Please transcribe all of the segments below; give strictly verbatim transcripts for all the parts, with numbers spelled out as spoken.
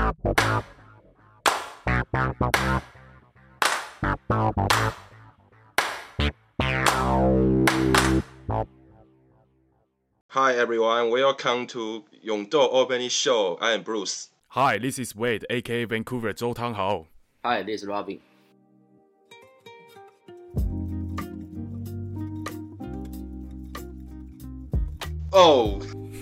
Hi everyone, welcome to 永豆 Opening Show. I am Bruce. Hi, this is Wade, aka Vancouver 周汤豪。 Hi, this is Robin. 哦，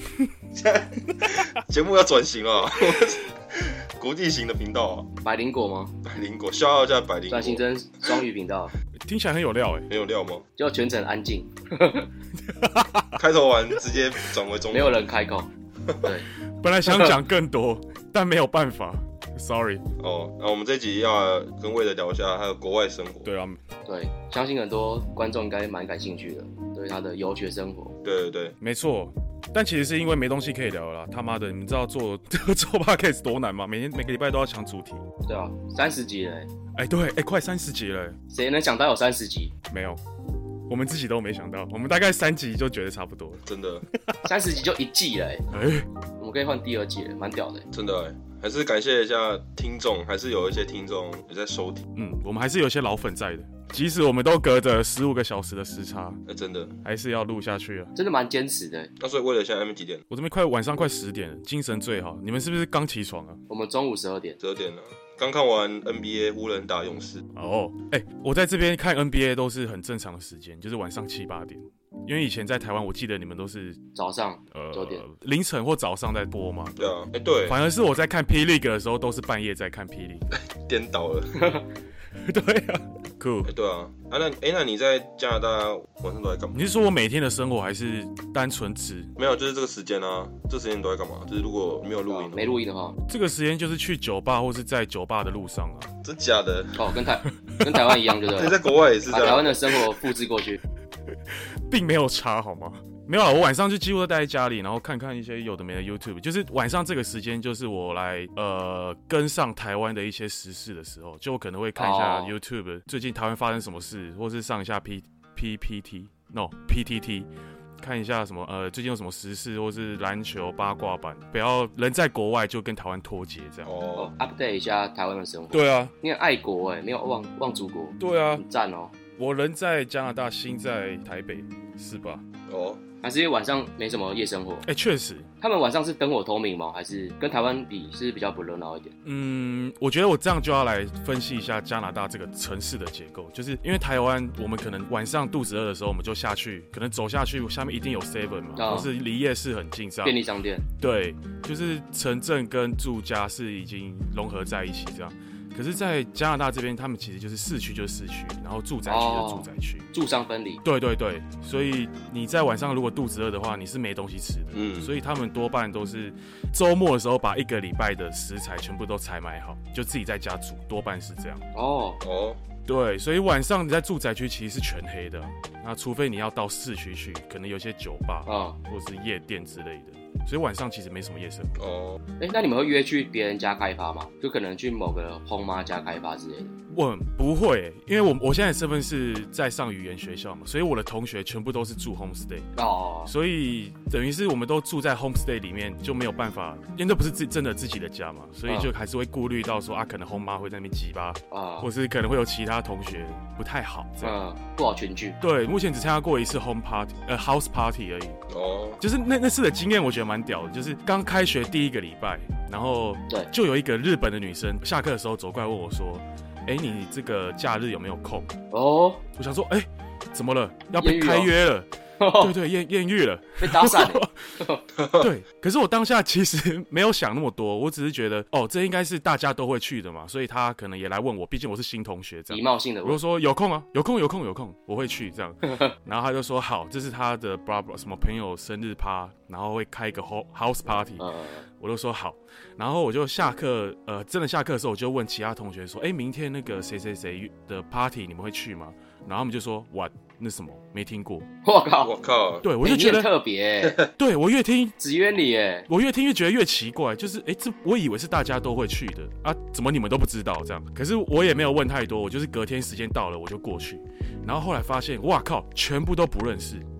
节目要转型了，国际型的频道啊。 百灵果吗？ 百灵果，笑傲一下百灵果。 转型成双语频道， 听起来很有料哎、欸， 很有料吗？ 就全程安静， 开头完直接转为中文， 没有人开口。对， 本来想讲更多，但没有办法 ，sorry。 哦，那我们这集要跟魏德聊一下他的国外生活。 对啊， 对，相信很多观众应该蛮感兴趣的，对他的游学生活。 对对对， 没错。但其实是因为没东西可以聊了啦，他妈的，你们知道做做 podcast 多难吗？每天每个礼拜都要抢主题。 对啊，三十集了哎、欸。 哎、欸，对，哎、欸，快三十集了、欸。 谁能想到有三十集？ 没有，我们自己都没想到，我们大概三集就觉得差不多了。 真的， 三十集就一季了哎、欸。 哎、欸， 我们可以换第二季了，蛮屌的、欸。 真的哎、欸，还是感谢一下听众，还是有一些听众有在收听。 嗯，我们还是有些老粉在的。即使我们都隔着十五个小时的时差， 哎、欸，真的还是要录下去啊！ 真的蛮坚持的、欸。 那所以为了现在 M 几点？ 我这边快晚上快十点了，精神最好。你们是不是刚起床啊？ 我们中午十二点。 十二点了，刚看完 N B A 湖人打勇士。 哦，哎、欸，我在这边看 N B A 都是很正常的时间，就是晚上七八点。因为以前在台湾，我记得你们都是早上九点、 呃、凌晨或早上在播嘛。 对啊，哎、欸、对， 反而是我在看 P League 的时候，都是半夜在看 P League， 颠倒了。 对啊 ，Cool。 哎、欸，对啊，啊那哎、欸、那你在加拿大晚上都在干嘛？ 你是说我每天的生活，还是单纯指？ 没有，就是这个时间啊，这时间你都在干嘛？就是如果没有录音、啊， 没录音的话， 这个时间就是去酒吧或是在酒吧的路上啊。 真假的？ 哦，跟台跟台湾一样，对不对？ 你在国外也是这样， 把台湾的生活复制过去， 并没有差，好吗？没有啦，我晚上就几乎都待在家里，然后看看一些有的没的 YouTube。就是晚上这个时间，就是我来呃跟上台湾的一些时事的时候，就我可能会看一下 YouTube，、哦、最近台湾发生什么事，或是上一下 P P P T no P T T， 看一下什么呃最近有什么时事，或是篮球八卦版，不要人在国外就跟台湾脱节这样。 哦 ，update 一下台湾的生活。 对啊， 你很爱国哎、欸，没有忘忘祖国。 对啊， 很赞哦。 我人在加拿大，心在台北，是吧？ 哦。 还是因为晚上没什么夜生活？ 哎、欸，确实， 他们晚上是灯火通明吗？还是跟台湾比是比较不热闹一点？ 嗯，我觉得我这样就要来分析一下加拿大这个城市的结构，就是因为台湾我们可能晚上肚子饿的时候，我们就下去，可能走下去，下面一定有 seven 嘛，哦、或是离夜市很近这样。 便利商店。 对，就是城镇跟住家是已经融合在一起这样。可是，在加拿大这边，他们其实就是市区就是市区，然后住宅区就是住宅区， 哦、住商分离。 对对对，所以你在晚上如果肚子饿的话，你是没东西吃的。 嗯， 所以他们多半都是周末的时候把一个礼拜的食材全部都采买好，就自己在家煮，多半是这样。 哦哦， 对，所以晚上你在住宅区其实是全黑的，那除非你要到市区去，可能有些酒吧啊、哦，或是夜店之类的。所以晚上其实没什么夜生活哦。 哎、欸，那你们会约去别人家开发吗？就可能去某个轰妈家开发之类的？ 我不会、欸，因为我我现在的身份是在上语言学校嘛，所以我的同学全部都是住 homestay 哦， 所以等于是我们都住在 homestay 里面，就没有办法，因为那不是自真的自己的家嘛，所以就还是会顾虑到说啊，可能轰妈会在那边挤吧，啊，或是可能会有其他同学不太好这样， 嗯，不好群聚。 对，目前只参加过一次 home party， 呃 house party 而已。 哦， 就是那那次的经验，我觉得蛮屌的，就是刚开学第一个礼拜，然后对， 就有一个日本的女生下课的时候走过来问我说。哎，你这个假日有没有空？ 哦， 我想说，哎，怎么了？要被开约了？ 哦、 对对，艳艳遇了， 被搭讪了。 对，可是我当下其实没有想那么多，我只是觉得，哦，这应该是大家都会去的嘛，所以他可能也来问我，毕竟我是新同学，这样。 礼貌性的问， 我就说有空啊，有空有空有空，我会去这样。然后他就说好，这是他的 brother 什么朋友生日趴，然后会开一个 house party。嗯。我就说好，然后我就下课，呃，真的下课的时候，我就问其他同学说，哎，明天那个谁谁谁的 party 你们会去吗？然后他们就说 what 那什么没听过。 我靠， 我靠， 对我就觉得、 欸、特别、欸， 对我越听只约你耶， 我越听越觉得越奇怪，就是哎，这我以为是大家都会去的啊，怎么你们都不知道这样？可是我也没有问太多，我就是隔天时间到了我就过去，然后后来发现哇靠，全部都不认识。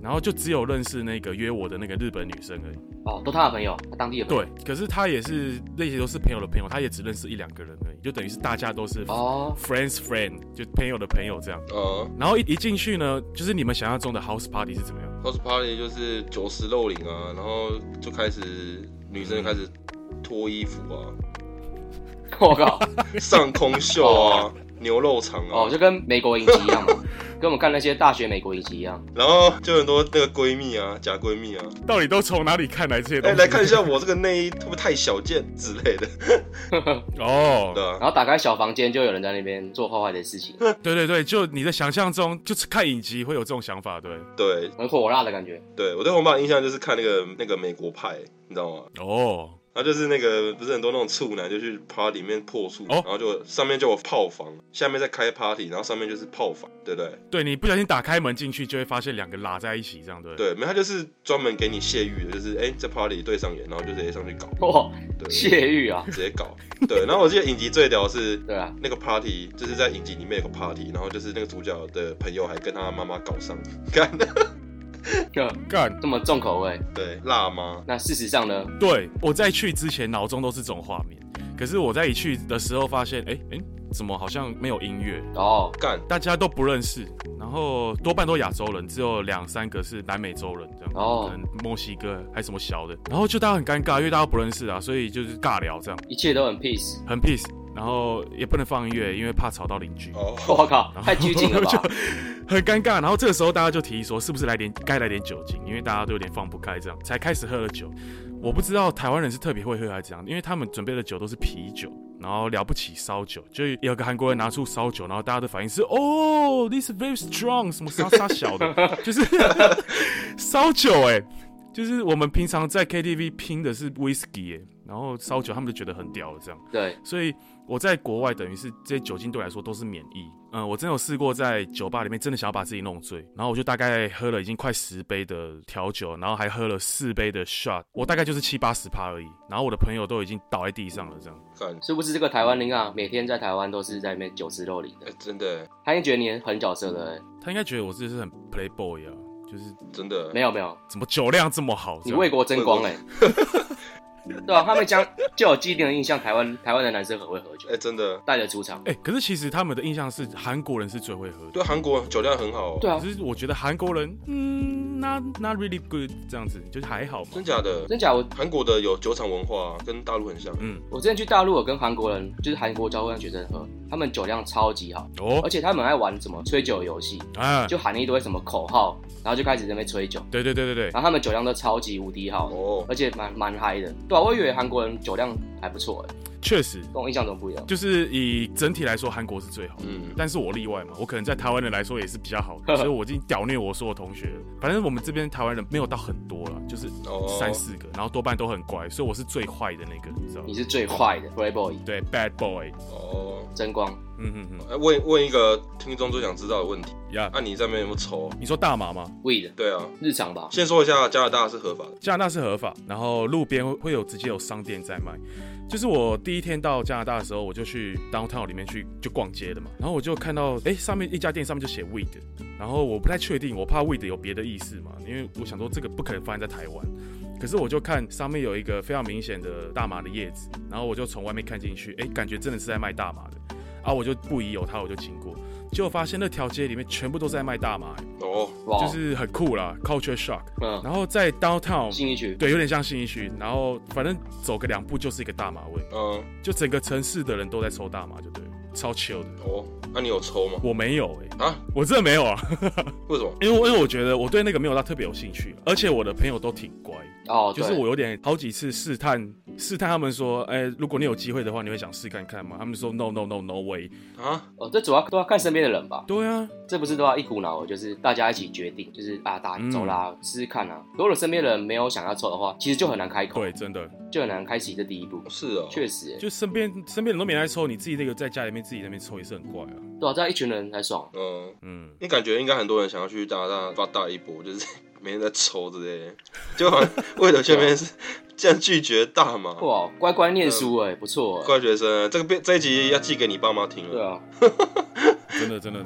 然后就只有认识那个约我的那个日本女生而已。 哦，都他的朋友，他当地的朋友。 对，可是他也是那些都是朋友的朋友，他也只认识一两个人而已，就等于是大家都是哦 friends friend， 就朋友的朋友这样。 哦、 然后一一进去呢，就是你们想象中的 house party 是怎么样 ，house party 就是酒池肉林啊，然后就开始女生就开始脱衣服啊， 我靠， 上空秀啊，牛肉场啊， 哦，就跟美国影集一样嘛，跟我们看那些大学美国影集一样。 然后就很多那个闺蜜啊，假闺蜜啊， 到底都从哪里看来这些东哎、 西？ 来看一下我这个内衣会不会太小件之类的， 哦， 对啊， 然后打开小房间，就有人在那边做坏坏的事情， 对对对，就你的想象中，就是看影集会有这种想法，对。 对很火辣的感觉。 对，我对红爸的印象就是看那个那个美国派，你知道吗？ 哦， 然后就是那个不是很多那种处男就去 party 里面破处， 哦然后就上面就有炮房，下面在开 party， 然后上面就是炮房，对不对？ 对你不小心打开门进去，就会发现两个拉在一起，这样对不对？ 对，没有他就是专门给你泄欲的，就是哎在 party 对上眼，然后就直接上去搞， 哇， 对， 泄欲啊！ 直接搞。对，然后我记得影集最屌是， 对啊， 那个 party 就是在影集里面有个 party， 然后就是那个主角的朋友还跟他妈妈搞上，干干， 这么重口味。 对辣妈， 那事实上呢？ 对我在去之前脑中都是这种画面，可是我在一去的时候发现，哎哎，怎么好像没有音乐？ 哦， 干大家都不认识，然后多半都亚洲人，只有两三个是南美洲人，这样， 哦可能墨西哥还是什么小的，然后就大家很尴尬，因为大家都不认识啊，所以就是尬聊这样， 一切都很 peace。 很 peace，然后也不能放音乐，因为怕吵到邻居。 哦， 我靠，太拘谨了吧？ 很尴尬，然后这个时候大家就提议说，是不是来点该来点酒精，因为大家都有点放不开，这样才开始喝了酒。我不知道台湾人是特别会喝还是怎样，因为他们准备的酒都是啤酒，然后了不起烧酒，就有个韩国人拿出烧酒，然后大家的反应是哦 ，this is very strong， 什么沙沙小的，就是烧酒哎、欸，就是我们平常在 K T V 拼的是 whisky 哎、欸，然后烧酒他们就觉得很屌了这样， 对， 所以我在国外等于是这些酒精对我来说都是免疫。嗯，我真的有试过在酒吧里面真的想要把自己弄醉，然后我就大概喝了已经快十杯的调酒，然后还喝了四杯的 shot， 我大概就是七八十趴而已，然后我的朋友都已经倒在地上了这样。 干， 是不是这个台湾人啊？每天在台湾都是在那边酒池肉林的哎、，真的他应该觉得你很角色的、欸。 他应该觉得我这是很 playboy 啊，就是真的没有没有， 怎么酒量这么好， 你为国争光哎、对啊，他们将就有既定的印象，台湾台湾的男生很会喝酒哎、，真的， 带着出场。 哎、欸，可是其实他们的印象是韩国人是最会喝的。 对韩国酒量很好、哦， 对啊， 可是我觉得韩国人，嗯，not not really good， 这样子就是还好嘛。 真假的？ 真假我韩国的有酒厂文化、啊，跟大陆很像。 嗯， 我之前去大陆，有跟韩国人，就是韩国交换学生喝，他们酒量超级好， 哦而且他们爱玩什么吹酒游戏， 啊， 就喊一堆什么口号，然后就开始在那边吹酒， 对对对对对， 然后他们酒量都超级无敌好， 哦， 而且蛮蛮嗨的。对啊，我以为韩国人酒量还不错哎， 确实跟我印象中不一样。 就是以整体来说，韩国是最好的。 嗯， 但是我例外嘛，我可能在台湾人来说也是比较好的，所以我已经屌虐我所有同学了。反正我们这边台湾人没有到很多了，就是哦三四个，然后多半都很乖，所以我是最坏的那个，你知道吗你？是最坏的 Playboy， 对 ，bad boy， 哦， 争光。 嗯嗯嗯， 哎，问问一个听众最想知道的问题， 呀、 那、啊、你在那边有没有抽？ 你说大麻吗？ weed 对啊， 日常吧， 先说一下加拿大是合法的， 加拿大是合法，然后路边会有直接有商店在卖。就是我第一天到加拿大的时候，我就去 downtown 里面去就逛街的嘛，然后我就看到哎上面一家店上面就写 weed， 然后我不太确定，我怕 weed 有别的意思嘛，因为我想说这个不可能发现在台湾。可是我就看上面有一个非常明显的大麻的叶子，然后我就从外面看进去，哎，感觉真的是在卖大麻的，啊，我就不疑有他，我就经过，结果发现那条街里面全部都在卖大麻， 哦， 哇， 就是很酷啦 ，culture shock。 嗯， 然后在 downtown 信义区， 对，有点像信义区，然后反正走个两步就是一个大麻味， 嗯， 就整个城市的人都在抽大麻，就对了，超 chill 的。 哦，那、啊、你有抽吗？ 我没有哎、欸， 啊， 我真的没有啊， 为什么？ 因为因为我觉得我对那个没有到特别有兴趣，而且我的朋友都挺乖， 哦， 就是对我有点好几次试探试探他们说，哎、欸，如果你有机会的话，你会想试看看吗？他们说 no no no no way。 啊， 哦，这主要都要看身边的人吧， 对啊， 这不是都要一股脑的，就是大家一起决定，就是啊，打嗯走啦，试试看啊。如果身边的人没有想要抽的话，其实就很难开口， 对，真的， 就很难开启这第一步。 是哦， 确实欸， 就身边身边人都没来抽，你自己那个在家里面自己在那边抽也是很怪啊。 对啊，这样一群人才爽。 嗯， 嗯， 你感觉应该很多人想要去加拿大发大一波，就是每天在抽之类的，就好像为了这边是竟然拒绝大麻， 哇，乖乖念书哎，不错哎。 乖学生，这个这一集要寄给你爸妈听了。 对啊， 真的真的真的。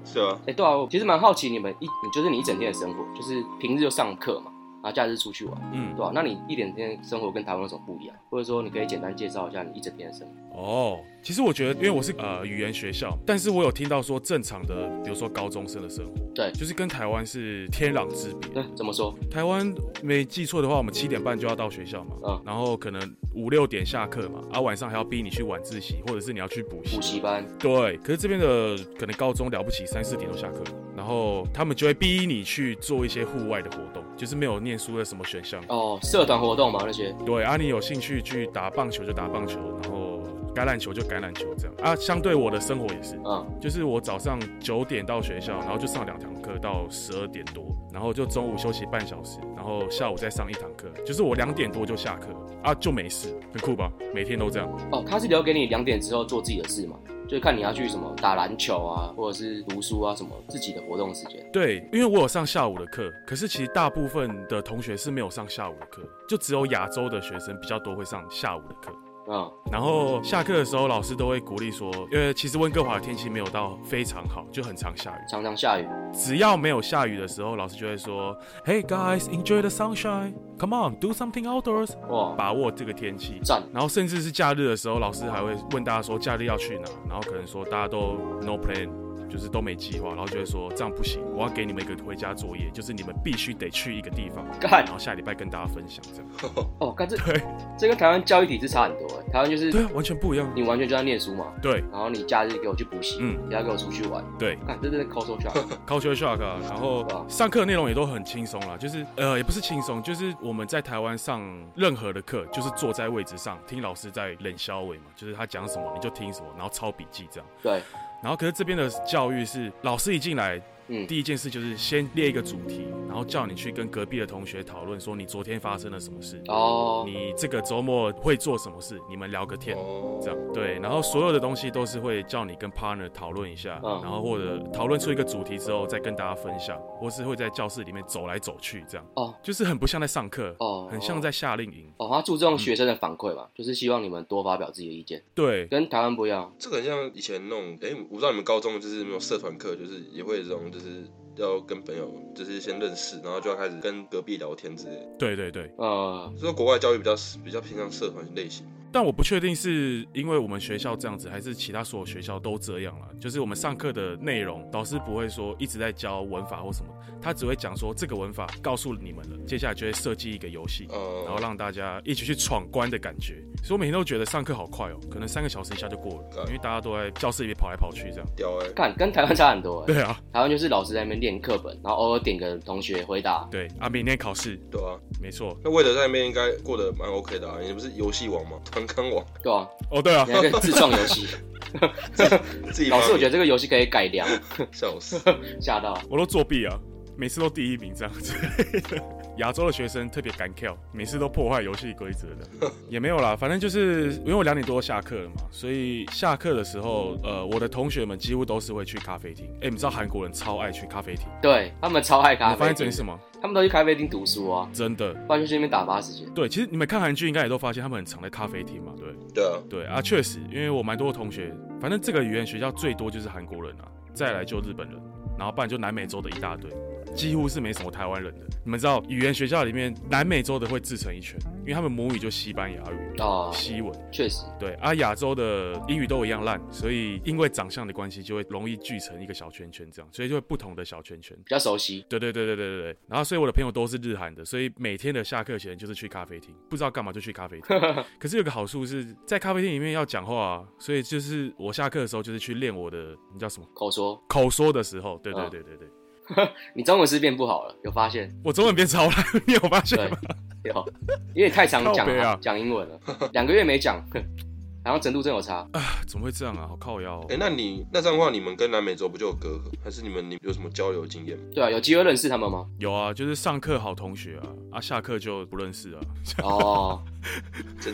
是啊， 哎、欸，对啊，我其实蛮好奇你们一，就是你一整天的生活，就是平日就上课嘛，然后假日出去玩，嗯，对吧、啊？那你一整天生活跟台湾有什么不一样？或者说你可以简单介绍一下你一整天的生活？ 哦，其实我觉得，因为我是呃语言学校，但是我有听到说正常的，比如说高中生的生活， 对， 就是跟台湾是天壤之别。 对，怎么说？ 台湾没记错的话，我们七点半就要到学校嘛，嗯，然后可能五六点下课嘛，啊晚上还要逼你去晚自习，或者是你要去补习。 补习班。 对，可是这边的可能高中了不起三四点都下课，然后他们就会逼你去做一些户外的活动，就是没有念书的什么选项。 哦，社团活动嘛那些。 对啊，你有兴趣去打棒球就打棒球，然后橄榄球就橄榄球这样啊。相对我的生活也是，嗯，就是我早上九点到学校，然后就上两堂课到十二点多，然后就中午休息半小时，然后下午再上一堂课，就是我两点多就下课啊，就没事，很酷吧？每天都这样。 哦，他是留给你两点之后做自己的事嘛？就是看你要去什么打篮球啊，或者是读书啊，什么自己的活动时间。 对，因为我有上下午的课，可是其实大部分的同学是没有上下午的课，就只有亚洲的学生比较多会上下午的课。嗯，然后下课的时候，老师都会鼓励说，因为其实温哥华的天气没有到非常好，就很常下雨， 常常下雨。 只要没有下雨的时候，老师就会说 ，Hey guys, enjoy the sunshine. Come on, do something outdoors. 哇，把握这个天气。 赞。 然后甚至是假日的时候，老师还会问大家说，假日要去哪？然后可能说大家都 no plan。就是都没计划，然后就会说这样不行，我要给你们一个回家作业，就是你们必须得去一个地方，然后下礼拜跟大家分享这样。 哦，看这对，这跟台湾教育体制差很多哎，台湾就是对啊，完全不一样， 你完全就在念书嘛， 对， 然后你假日给我去补习，嗯，不要给我出去玩， 对， 看这真的 culture shock，culture shock， 然后上课内容也都很轻松啦，就是呃也不是轻松，就是我们在台湾上任何的课，就是坐在位置上听老师在冷消尾嘛，就是他讲什么你就听什么，然后抄笔记这样， 对。 然后可是这边的教育是老师一进来，嗯，第一件事就是先列一个主题，然后叫你去跟隔壁的同学讨论说你昨天发生了什么事，哦，你这个周末会做什么事，你们聊个天，哦，这样对。然后所有的东西都是会叫你跟 partner 讨论一下，嗯，然后或者讨论出一个主题之后再跟大家分享，或是会在教室里面走来走去这样，哦，就是很不像在上课，哦，很像在夏令营。 哦，他注重学生的反馈嘛，嗯，就是希望你们多发表自己的意见。 对， 跟台湾不一样。 这个很像以前那种，哎，我不知道你们高中就是没有社团课，就是也会有这种，就是要跟朋友就是先认识，然后就要开始跟隔壁聊天之类的。 对对对， 呃，所以国外教育比较比较偏向社团类型。 但我不确定是因为我们学校这样子，还是其他所有学校都这样啦。就是我们上课的内容，老师不会说一直在教文法或什么，他只会讲说这个文法告诉你们了，接下来就会设计一个游戏，呃、然后让大家一起去闯关的感觉。所以我每天都觉得上课好快哦，可能三个小时一下就过了，因为大家都在教室里面跑来跑去这样。 屌哎， 看跟台湾差很多哎。 对啊， 台湾就是老师在那边练课本，然后偶尔点个同学回答。 对啊，明天考试。 对啊， 没错。 那魏德在那边应该过得蛮 OK 的啊，你不是游戏王吗？团康王。 对啊。 哦，对啊， 你还可以自创游戏。 自己老师，我觉得这个游戏可以改良。 笑死， 吓到。 我都作弊啊，每次都第一名这样子。亚洲的学生特别敢跳，每次都破坏游戏规则的，也没有啦，反正就是因为我两点多下课了嘛，所以下课的时候，呃，我的同学们几乎都是会去咖啡厅。哎，你知道韩国人超爱去咖啡厅， 对他们超爱咖啡厅。 你发现这件事吗？ 他们都去咖啡厅读书啊， 真的， 不然就去那边打发时间。 对，其实你们看韩剧应该也都发现他们很常在咖啡厅嘛，对。 对啊， 对啊，确实，因为我蛮多的同学，反正这个语言学校最多就是韩国人啊，再来就日本人，然后不然就南美洲的一大堆。几乎是没什么台湾人的。你们知道，语言学校里面南美洲的会自成一圈，因为他们母语就西班牙语、哦、西文， 确实对。啊，亚洲的英语都一样烂，所以因为长相的关系，就会容易聚成一个小圈圈，这样，所以就会不同的小圈圈， 比较熟悉。 对对对对对对对。然后，所以我的朋友都是日韩的，所以每天的下课前就是去咖啡厅，不知道干嘛就去咖啡厅。可是有个好处是在咖啡厅里面要讲话啊，所以就是我下课的时候就是去练我的，你叫什么？ 口说。 口说的时候，对对对对对。嗯你中文是变不好了，有发现？ 我中文变超烂，你有发现吗？ 有，因为太常讲讲、啊、英文了，两个月没讲，然后程度真有差啊！怎么会这样啊？好靠腰、哦。 哎、欸，那你那这样的话，你们跟南美洲不就有隔阂？还是你们你有什么交流经验？ 对啊，有机会认识他们吗？ 有啊，就是上课好同学啊，啊下课就不认识啊。 哦， 真假？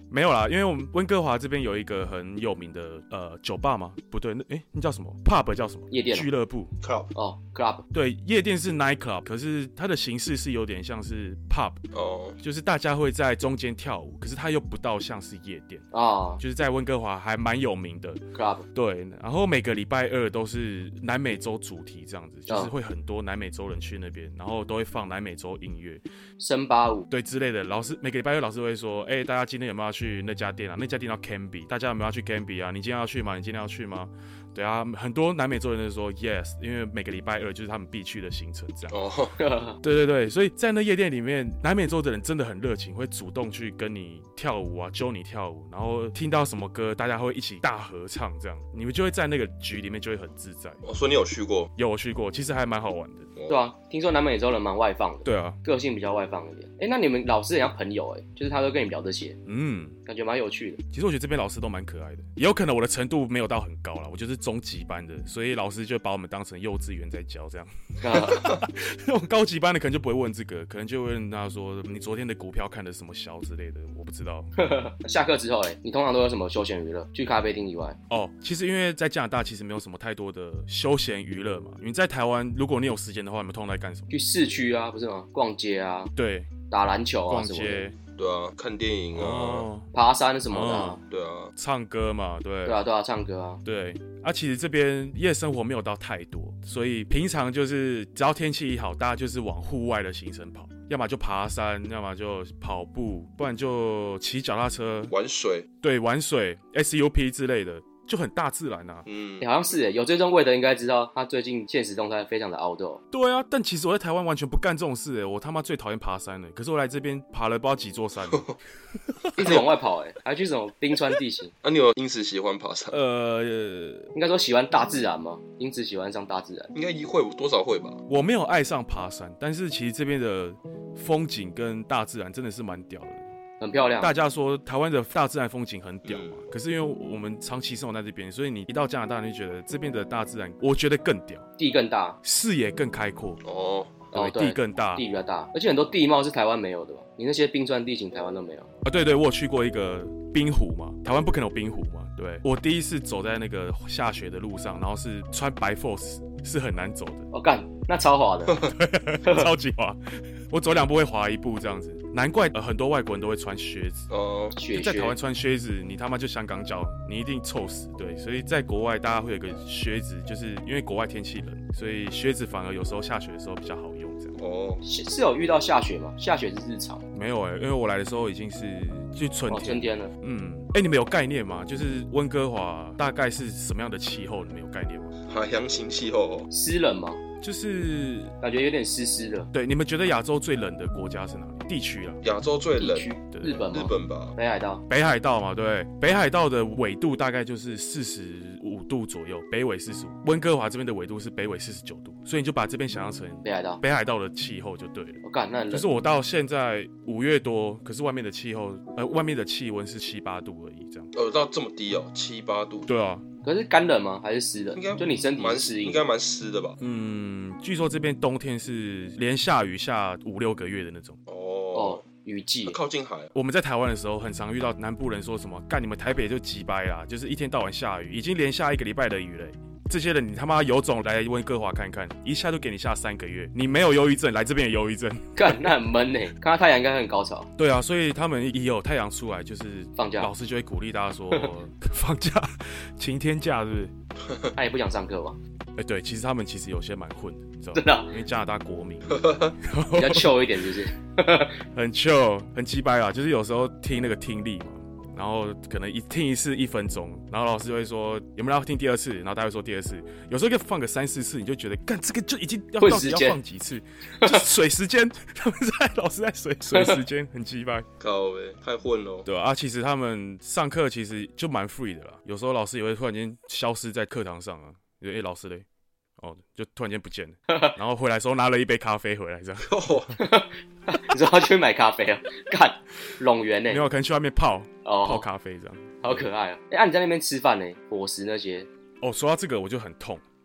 没有啦，因为我们温哥华这边有一个很有名的呃酒吧吗？不对，那哎那叫什么 ？pub 叫什么？ 夜店俱乐部 club 哦 club 对，夜店是 night club， 可是它的形式是有点像是 pub， 哦， 就是大家会在中间跳舞，可是它又不到像是夜店啊， 就是在温哥华还蛮有名的 club 对，然后每个礼拜二都是南美洲主题这样子，就是会很多南美洲人去那边，然后都会放南美洲音乐， 森巴舞对之类的。老师每个礼拜二老师会说，哎、欸，大家今天有没有要去那家店啊？那家店叫 Canby， 大家有没有要去 Canby 啊？你今天要去吗？你今天要去吗？对啊，很多南美洲人都说 yes， 因为每个礼拜二就是他们必去的行程这样。 哦， 对对对，所以在那夜店里面，南美洲的人真的很热情，会主动去跟你跳舞啊，揪你跳舞，然后听到什么歌，大家会一起大合唱这样，你们就会在那个局里面就会很自在。 我说你有去过？ 有我去过，其实还蛮好玩的。 对啊，听说南美洲人蛮外放的。 对啊， 个性比较外放一点。哎，那你们老师很像朋友哎，就是他都跟你聊这些， 嗯， 感觉蛮有趣的。 其实我觉得这边老师都蛮可爱的，也有可能我的程度没有到很高啦，我就是中级班的，所以老师就把我们当成幼稚园在教这样。那种高级班的可能就不会问这个，可能就会问他说你昨天的股票看的什么小之类的，我不知道。 下课之后哎，你通常都有什么休闲娱乐？去咖啡厅以外？ 哦，其实因为在加拿大其实没有什么太多的休闲娱乐嘛，因为在台湾如果你有时间的话，你们通常在干什么？ 去市区啊，不是吗？逛街啊， 对， 打篮球啊， 逛街。 对啊，看电影啊， 哦、 爬山什么的、啊哦， 对啊， 唱歌嘛，对， 对啊，对啊，唱歌啊， 对啊。其实这边夜生活没有到太多，所以平常就是只要天气一好，大家就是往户外的行程跑，要么就爬山，要么就跑步，不然就骑脚踏车、 玩水， 对，玩水、S U P 之类的。就很大自然啊， 嗯、欸，好像是耶，有追踪魏的应该知道，他最近现实动态非常的 outdoor。 对啊，但其实我在台湾完全不干这种事，哎，我他妈最讨厌爬山了。可是我来这边爬了不知道几座山， 一直往外跑，哎，还去什么冰川地形？ 啊，你有因此喜欢爬山？ 呃， 应该说喜欢大自然吗？因此喜欢上大自然？ 应该会多少会吧。 我没有爱上爬山，但是其实这边的风景跟大自然真的是蛮屌的。 很漂亮， 大家说台湾的大自然风景很屌嘛、嗯，可是因为我们长期生活在这边，所以你一到加拿大，你就觉得这边的大自然，我觉得更屌， 地更大， 视野更开阔， 哦， 对， 哦对地更大， 地比较大，而且很多地貌是台湾没有的吧？你那些冰川地形台湾都没有啊？对对，我有去过一个冰湖嘛，台湾不可能有冰湖嘛，对，我第一次走在那个下雪的路上，然后是穿白 force 是很难走的， 哦干，那超滑的， 对，超级滑，我走两步会滑一步这样子。难怪、呃、很多外国人都会穿靴子哦， 雪在台湾穿靴子，你他妈就香港脚，你一定臭死。对，所以在国外大家会有个靴子，就是因为国外天气冷，所以靴子反而有时候下雪的时候比较好用。这样哦， 是有遇到下雪吗？下雪是日常？ 没有哎、欸，因为我来的时候已经是就春天， 哦、春天了。 嗯，哎、欸，你们有概念吗？就是温哥华大概是什么样的气候？你们有概念吗？ 海洋型气候、哦， 湿冷吗？ 就是感觉有点湿湿的。 对，你们觉得亚洲最冷的国家是哪里？地区啊？ 亚洲最冷， 日本吗？ 日本吧？ 北海道？ 北海道嘛，对，北海道的纬度大概就是四十五度左右，北纬四十五。温哥华这边的纬度是北纬四十九度，所以你就把这边想象成北海道， 北海道的气候就对了。 我、哦、干，那很冷。 就是我到现在五月多，可是外面的气候，呃，外面的气温是七八度而已，这样。 哦，到这么低哦，七八度。 对啊。 可是干冷吗？还是湿冷？ 应该就你身体蛮适应， 应该蛮湿的吧？ 嗯，据说这边冬天是连下雨下五六个月的那种。 哦哦，雨季。 靠近海、啊。 我们在台湾的时候，很常遇到南部人说什么：“干你们台北就鸡掰啦，就是一天到晚下雨，已经连下一个礼拜的雨了。”这些人你他妈有种来温哥华看看，一下就给你下三个月，你没有忧郁症，来这边有忧郁症， 干那很闷哎，看到太阳应该很高潮。 对啊，所以他们一有太阳出来就是放假， 老师就会鼓励大家说放假，晴天假，是不是？ 他也不想上课吧？ 哎、欸，对，其实他们其实有些蛮混的，你知道吗？ 真的、啊， 因为加拿大国民比较 chill 一点，就是很 chill， 很鸡掰啊，就是有时候听那个听力嘛。然后可能一听一次一分钟，然后老师就会说有没有要听第二次，然后大家会说第二次，有时候可以放个三四次，你就觉得干这个就已经要到底要放几次，就是水时间，他们在老师在水水时间很鸡掰， 靠呗，太混了。 对啊，其实他们上课其实就蛮 free 的啦，有时候老师也会突然间消失在课堂上啊，哎、欸、老师嘞。哦，就突然间不见了，然后回来的时候拿了一杯咖啡回来，这样。 你说他去买咖啡啊？干，拢圆呢？ 没有，可能去外面泡、 哦、 泡咖啡这样。 好可爱啊！哎、欸，啊你在那边吃饭呢？伙食那些？ 哦，说到这个我就很痛，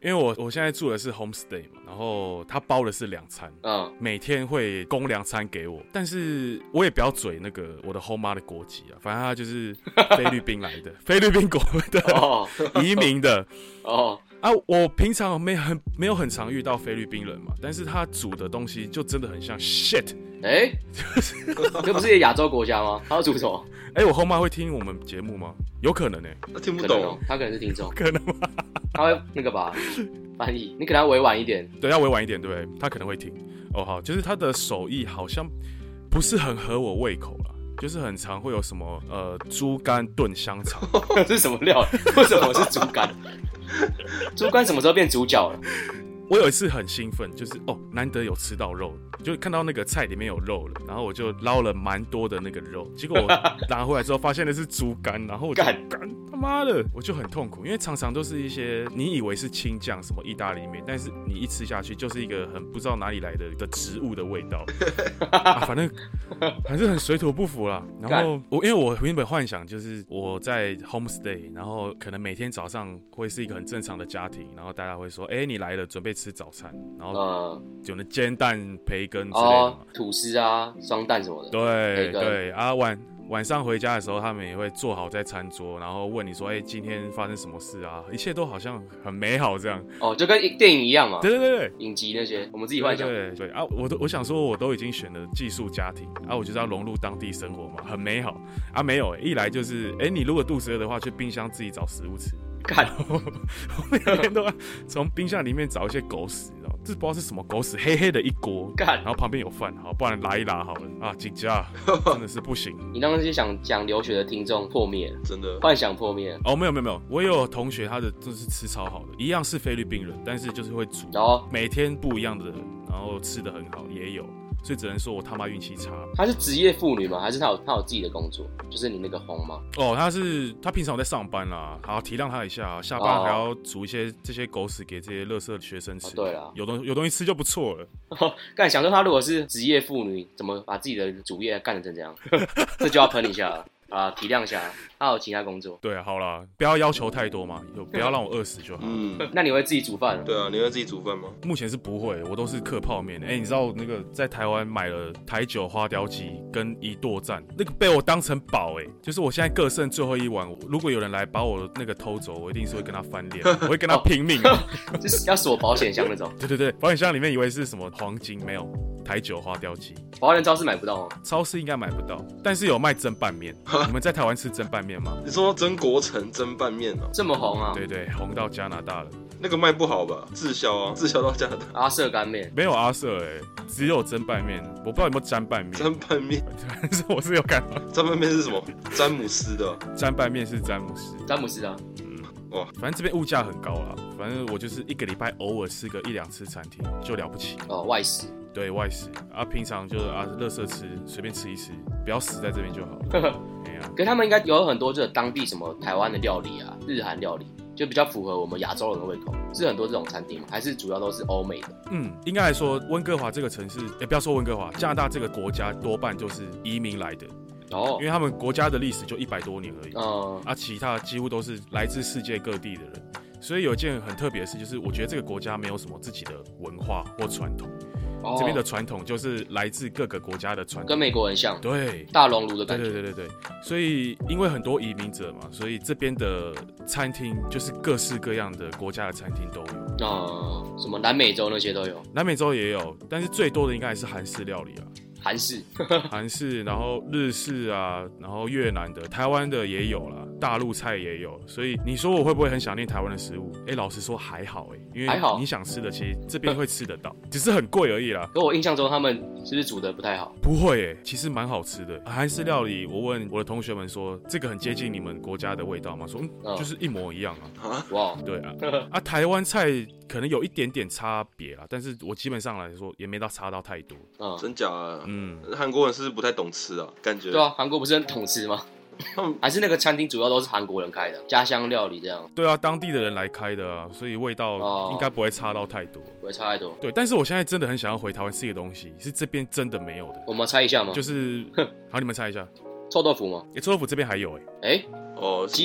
因为我我现在住的是 homestay 嘛，然后他包的是两餐，嗯，每天会供两餐给我，但是我也不要嘴那个我的后妈的国籍啊，反正他就是菲律宾来的，菲律宾国的、哦、移民的哦。啊，我平常没很没有很常遇到菲律宾人嘛，但是他煮的东西就真的很像 shit。哎、欸， 这不是亚洲国家吗？他要煮什么？ 哎、欸，我后妈会听我们节目吗？有可能哎、欸， 他听不懂、 喔，他可能是听众， 可能吗？ 他会那个吧，翻译，你可能要委婉一点， 对，要委婉一点，对不对？他可能会听。哦，好，就是他的手艺好像不是很合我胃口啦。就是很常会有什么呃猪肝炖香肠， 这是什么料？为什么是猪肝？猪肝什么时候变主角了？ 我有一次很兴奋，就是哦，难得有吃到肉，就看到那个菜里面有肉了，然后我就捞了蛮多的那个肉，结果我拿回来之后发现的是猪肝，然后我就干他妈的，我就很痛苦，因为常常都是一些你以为是青酱什么意大利面，但是你一吃下去就是一个很不知道哪里来的的植物的味道，啊、反正反正很水土不服啦。然后我因为我原本幻想就是我在 homestay， 然后可能每天早上会是一个很正常的家庭，然后大家会说，哎、欸，你来了，准备吃早餐，然后有那煎蛋、培根之类的、哦、 吐司啊、双蛋什么的。 对对啊，晚晚上回家的时候，他们也会做好在餐桌，然后问你说：“哎、欸，今天发生什么事啊？”一切都好像很美好这样。 哦，就跟电影一样嘛。 对对对对， 影集那些我们自己幻想。 对对 对, 对啊，我都我想说，我都已经选了寄宿家庭啊，我就是要融入当地生活嘛，很美好啊。没有、欸，一来就是哎、欸，你如果肚子饿的话，去冰箱自己找食物吃。 干， 我每天都要从冰箱里面找一些狗屎，你知道这不知道是什么狗屎，黑黑的一锅，干，然后旁边有饭，好，不然拉一拉好了啊，紧张，真的是不行。 你让那些想讲留学的听众破灭了， 真的幻想破灭了。 哦，没有没有没有，我有同学他的真是吃超好的，一样是菲律宾人，但是就是会煮，哦、每天不一样的人，然后吃得很好，也有。所以只能说我他妈运气差。 她是职业妇女吗？还是她有她有自己的工作？就是你那个红吗？ 哦，她是她平常有在上班啦，好体谅她一下，下班还要煮一些这些狗屎给这些垃圾学生吃。哦、对啦，有东有东西吃就不错了。 刚才想说她如果是职业妇女，怎么把自己的主业干得成这样？这就要喷一下了。啊，体谅一下，他有其他工作。 对啊，好啦，不要要求太多嘛，不要让我饿死就好。 嗯，那你会自己煮饭？ 对啊，你会自己煮饭吗？ 目前是不会，我都是嗑泡面的。哎、欸，你知道那个在台湾买了台酒花雕鸡跟一剁赞，那个被我当成宝哎、欸，就是我现在各剩最后一碗，如果有人来把我那个偷走，我一定是会跟他翻脸，我会跟他拼命啊， 就是要锁保险箱那种。 对对对，保险箱里面以为是什么黄金，没有。台酒花雕鸡， 华人超市买不到哦。 超市应该买不到，但是有卖蒸拌面。你们在台湾吃蒸拌面吗？ 你说曾国城蒸拌面哦， 这么红啊？ 对对，红到加拿大了。 那个卖不好吧？滞销啊，滞销到加拿大。 阿舍干面没有阿舍哎、欸，只有蒸拌面。我不知道有没有沾拌面。 沾拌面， 但是我是有看到。 沾拌面是什么？詹姆斯的。 沾拌面是詹姆斯。 詹姆斯啊。 哇，反正这边物价很高啦。反正我就是一个礼拜偶尔吃个一两次餐厅就了不起。 哦，外食。 对外食啊，平常就是啊，垃圾吃，随便吃一吃，不要死在这边就好了。哎呀， 可是他们应该有很多就是当地什么台湾的料理啊，日韩料理，就比较符合我们亚洲人的胃口。是很多这种餐厅吗？还是主要都是欧美的？嗯， 应该来说，温哥华这个城市，也、欸、不要说温哥华，加拿大这个国家多半就是移民来的。哦，因为他们国家的历史就一百多年而已。嗯，啊，其他几乎都是来自世界各地的人。所以有一件很特别的事，就是我觉得这个国家没有什么自己的文化或传统。哦、这边的传统就是来自各个国家的传统， 跟美国很像， 对， 大熔炉的感觉， 对对对对对。所以因为很多移民者嘛，所以这边的餐厅就是各式各样的国家的餐厅都有。 哦、嗯，什么南美洲那些都有， 南美洲也有，但是最多的应该还是韩式料理啊。 韩式， 韩式，然后日式啊，然后越南的、台湾的也有啦，大陆菜也有。所以你说我会不会很想念台湾的食物？哎、欸，老实说还好哎、欸，因为你想吃的其实这边会吃得到，只是很贵而已啦。 可我印象中他们是不是煮的不太好？ 不会哎、欸，其实蛮好吃的。韩式料理，我问我的同学们说，这个很接近你们国家的味道吗？说、嗯、就是一模一样啊。哇，对啊，啊台湾菜可能有一点点差别啦，但是我基本上来说也没到差到太多。 嗯，真假啊？嗯，韩国人是不太懂吃啊，感觉。 对啊，韩国不是很懂吃吗？还是那个餐厅主要都是韩国人开的，家乡料理这样。 对啊，当地的人来开的啊，所以味道应该不会差到太多， 不会差太多。 对，但是我现在真的很想要回台湾吃一个东西，是这边真的没有的。 我们猜一下吗？ 就是，好，你们猜一下。 臭豆腐吗？ 欸、臭豆腐这边还有哎、 欸，哎、欸，哦，鸡排。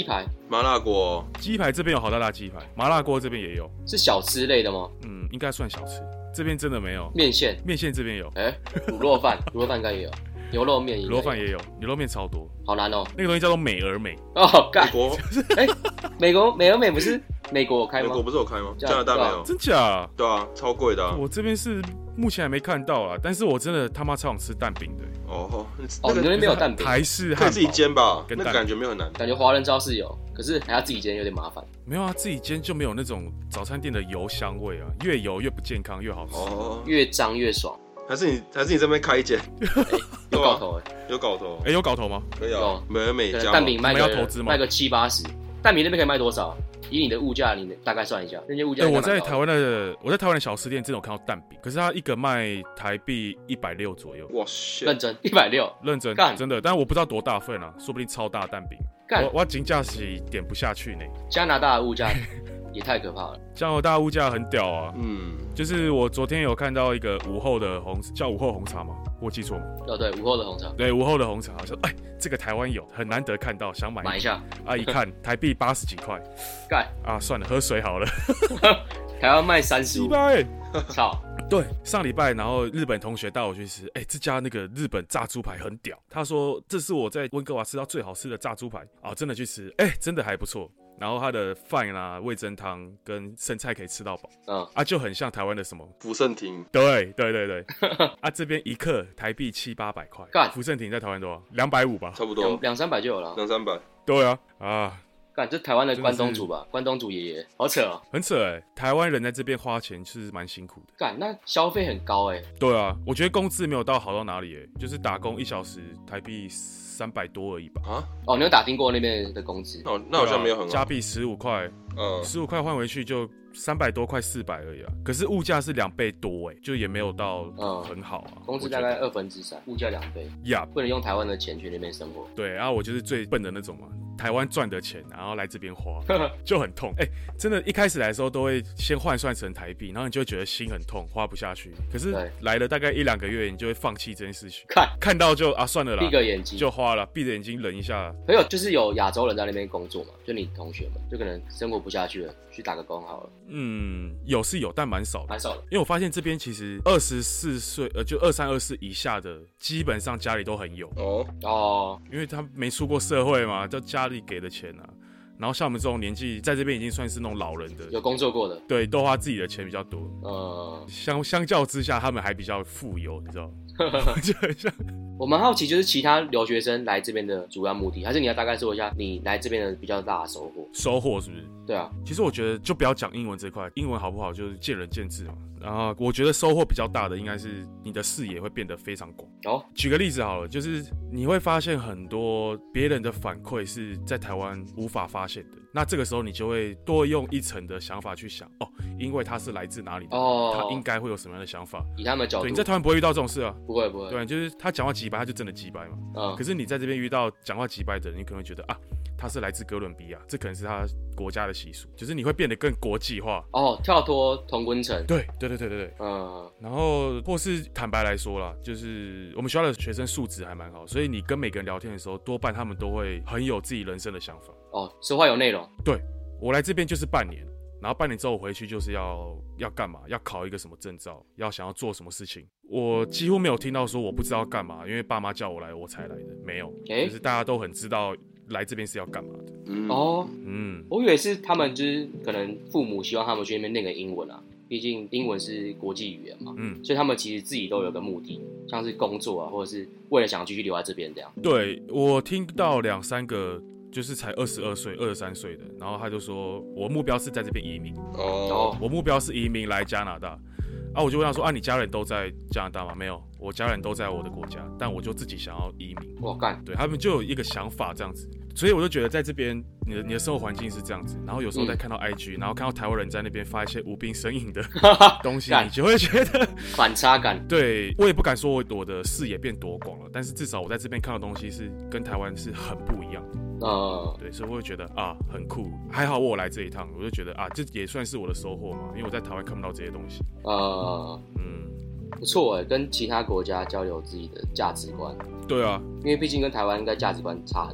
麻辣锅， 鸡排这边有好大大鸡排，麻辣锅这边也有， 是小吃类的吗？ 嗯，应该算小吃。这边真的没有面线， 面线这边有， 哎、欸，卤肉饭，卤肉饭应该也有，牛肉面也有， 卤肉饭也有，牛肉面超多， 好难哦。 那个东西叫做美而美。 哦，干， 美国， 哎、欸，美国美而美不是美国有开吗？ 美国不是有开吗？加拿大没有， 真假？ 对啊，超贵的、啊。 我这边是目前还没看到啦，但是我真的他妈超想吃蛋饼的。 哦， 哦，你那边没有蛋饼？ 台式可以自己煎吧？那个感觉没有很难。 感觉华人超市有，可是还要自己煎有点麻烦。 没有啊，自己煎就没有那种早餐店的油香味啊，越油越不健康，越好吃。 哦， 越脏越爽。 还是你还是你这边开一间？ 欸、有搞头哎、 欸，有搞头。 哎、欸，有搞头吗？ 可以啊，美而美家蛋饼卖个要投资吗？ 卖个七八十，蛋饼那边可以卖多少？以你的物价，你大概算一下，那些物价。 对，我在台湾的我在台湾的小吃店真的有看到蛋饼，可是它一个卖台币一百六左右。 哇塞， 认真一百六， 认真真的，但我不知道多大份啊，说不定超大蛋饼。我我金价是点不下去呢。 加拿大的物价也太可怕了。 加拿大物价很屌啊， 嗯， 就是我昨天有看到一个午后的红叫午后红茶吗？我记错吗？ 哦，对，午后的红茶。 对，午后的红茶，我说哎，这个台湾有，很难得看到，想买买一下。 啊，一看台币八十几块， 干啊，算了，喝水好了。 台湾卖三十五，操！ 对，上礼拜，然后日本同学带我去吃，哎，这家那个日本炸猪排很屌，他说这是我在温哥华吃到最好吃的炸猪排啊，真的去吃，哎，真的还不错。然后它的饭啊、味噌汤跟生菜可以吃到饱， 嗯啊，就很像台湾的什么福盛亭， 对对对对，啊，这边一克台币七八百块， 干， 福盛亭在台湾多少？两百五吧， 差不多， 两三百就有了， 两三百， 对啊，啊。 干，这台湾的关东煮吧，关东煮爷爷，好扯哦， 很扯哎、欸，台湾人在这边花钱是蛮辛苦的。 干，那消费很高哎、欸。 对啊，我觉得工资没有到好到哪里哎、欸，就是打工一小时台币三百多而已吧。 啊？ 哦，你有打听过那边的工资？ 哦，那好像没有很好。 加币十五块， 嗯， 十五块换回去就三百多块，四百而已啊。可是物价是两倍多哎、欸，就也没有到很好啊。 嗯、工资大概二分之三，物价两倍。 呀， yeah, 不能用台湾的钱去那边生活。 对，然后我就是最笨的那种嘛。台湾赚的钱，然后来这边花，就很痛。哎、欸，真的，一开始来的时候都会先换算成台币，然后你就会觉得心很痛，花不下去。可是来了大概一两个月，你就会放弃这件事情。 看看到就啊，算了啦， 闭个眼睛就花了，闭着眼睛忍一下。 还有就是有亚洲人在那边工作嘛，就你同学们，就可能生活不下去了，去打个工好了。 嗯，有是有，但蛮少的， 蛮少的。 因为我发现这边其实二十四岁，呃，就二三二四以下的，基本上家里都很有。 哦哦， 因为他没出过社会嘛，就家里给的钱啊。然后像我们这种年纪，在这边已经算是那种老人的， 有工作过的， 对，都花自己的钱比较多。 呃， 相相较之下，他们还比较富有，你知道吗？就很像。 我蛮好奇，就是其他留学生来这边的主要目的，还是你要大概说一下你来这边的比较大的收获？ 收获是不是？ 对啊， 其实我觉得就不要讲英文这块，英文好不好就是见仁见智嘛。然后我觉得收获比较大的应该是你的视野会变得非常广。 哦， 举个例子好了，就是你会发现很多别人的反馈是在台湾无法发现的，那这个时候你就会多用一层的想法去想，哦，因为他是来自哪里的，哦，他应该会有什么样的想法？ 以他们的角度， 对，你在台湾不会遇到这种事啊， 不会不会， 对，就是他讲话急掰，他就真的急掰嘛。嗯，可是你在这边遇到讲话急掰的人，你可能会觉得啊，他是来自哥伦比亚，这可能是他国家的习俗，就是你会变得更国际化。 哦，跳脱同温层。 对对对对对对，嗯，然后或是坦白来说啦，就是我们学校的学生素质还蛮好，所以你跟每个人聊天的时候，多半他们都会很有自己人生的想法。 哦，说话有内容。 对，我来这边就是半年。然后半年之后我回去就是要要干嘛？要考一个什么证照？要想要做什么事情？我几乎没有听到说我不知道干嘛，因为爸妈叫我来我才来的，没有，欸、就是大家都很知道来这边是要干嘛的。 嗯、哦，嗯，我以为是他们就是可能父母希望他们去那边念个英文啊，毕竟英文是国际语言嘛，嗯，所以他们其实自己都有个目的，像是工作啊，或者是为了想继续留在这边这样。 对，我听到两三个。就是才二十二岁、二十三岁的，然后他就说，我目标是在这边移民哦，我目标是移民来加拿大啊，我就问他说啊，你家人都在加拿大吗？没有，我家人都在我的国家，但我就自己想要移民。 我干， 对他们就有一个想法这样子，所以我就觉得在这边，你的你的生活环境是这样子，然后有时候再看到 I G，、嗯、然后看到台湾人在那边发一些无病呻吟的东西，你就会觉得反差感。 对，我也不敢说我我的视野变多广了，但是至少我在这边看到东西是跟台湾是很不一样的。呃，对，所以我会觉得啊，很酷，还好我有来这一趟，我就觉得啊，这也算是我的收获嘛，因为我在台湾看不到这些东西。呃， 嗯，不错哎，跟其他国家交流自己的价值观。 对啊， 因为毕竟跟台湾应该价值观差很多。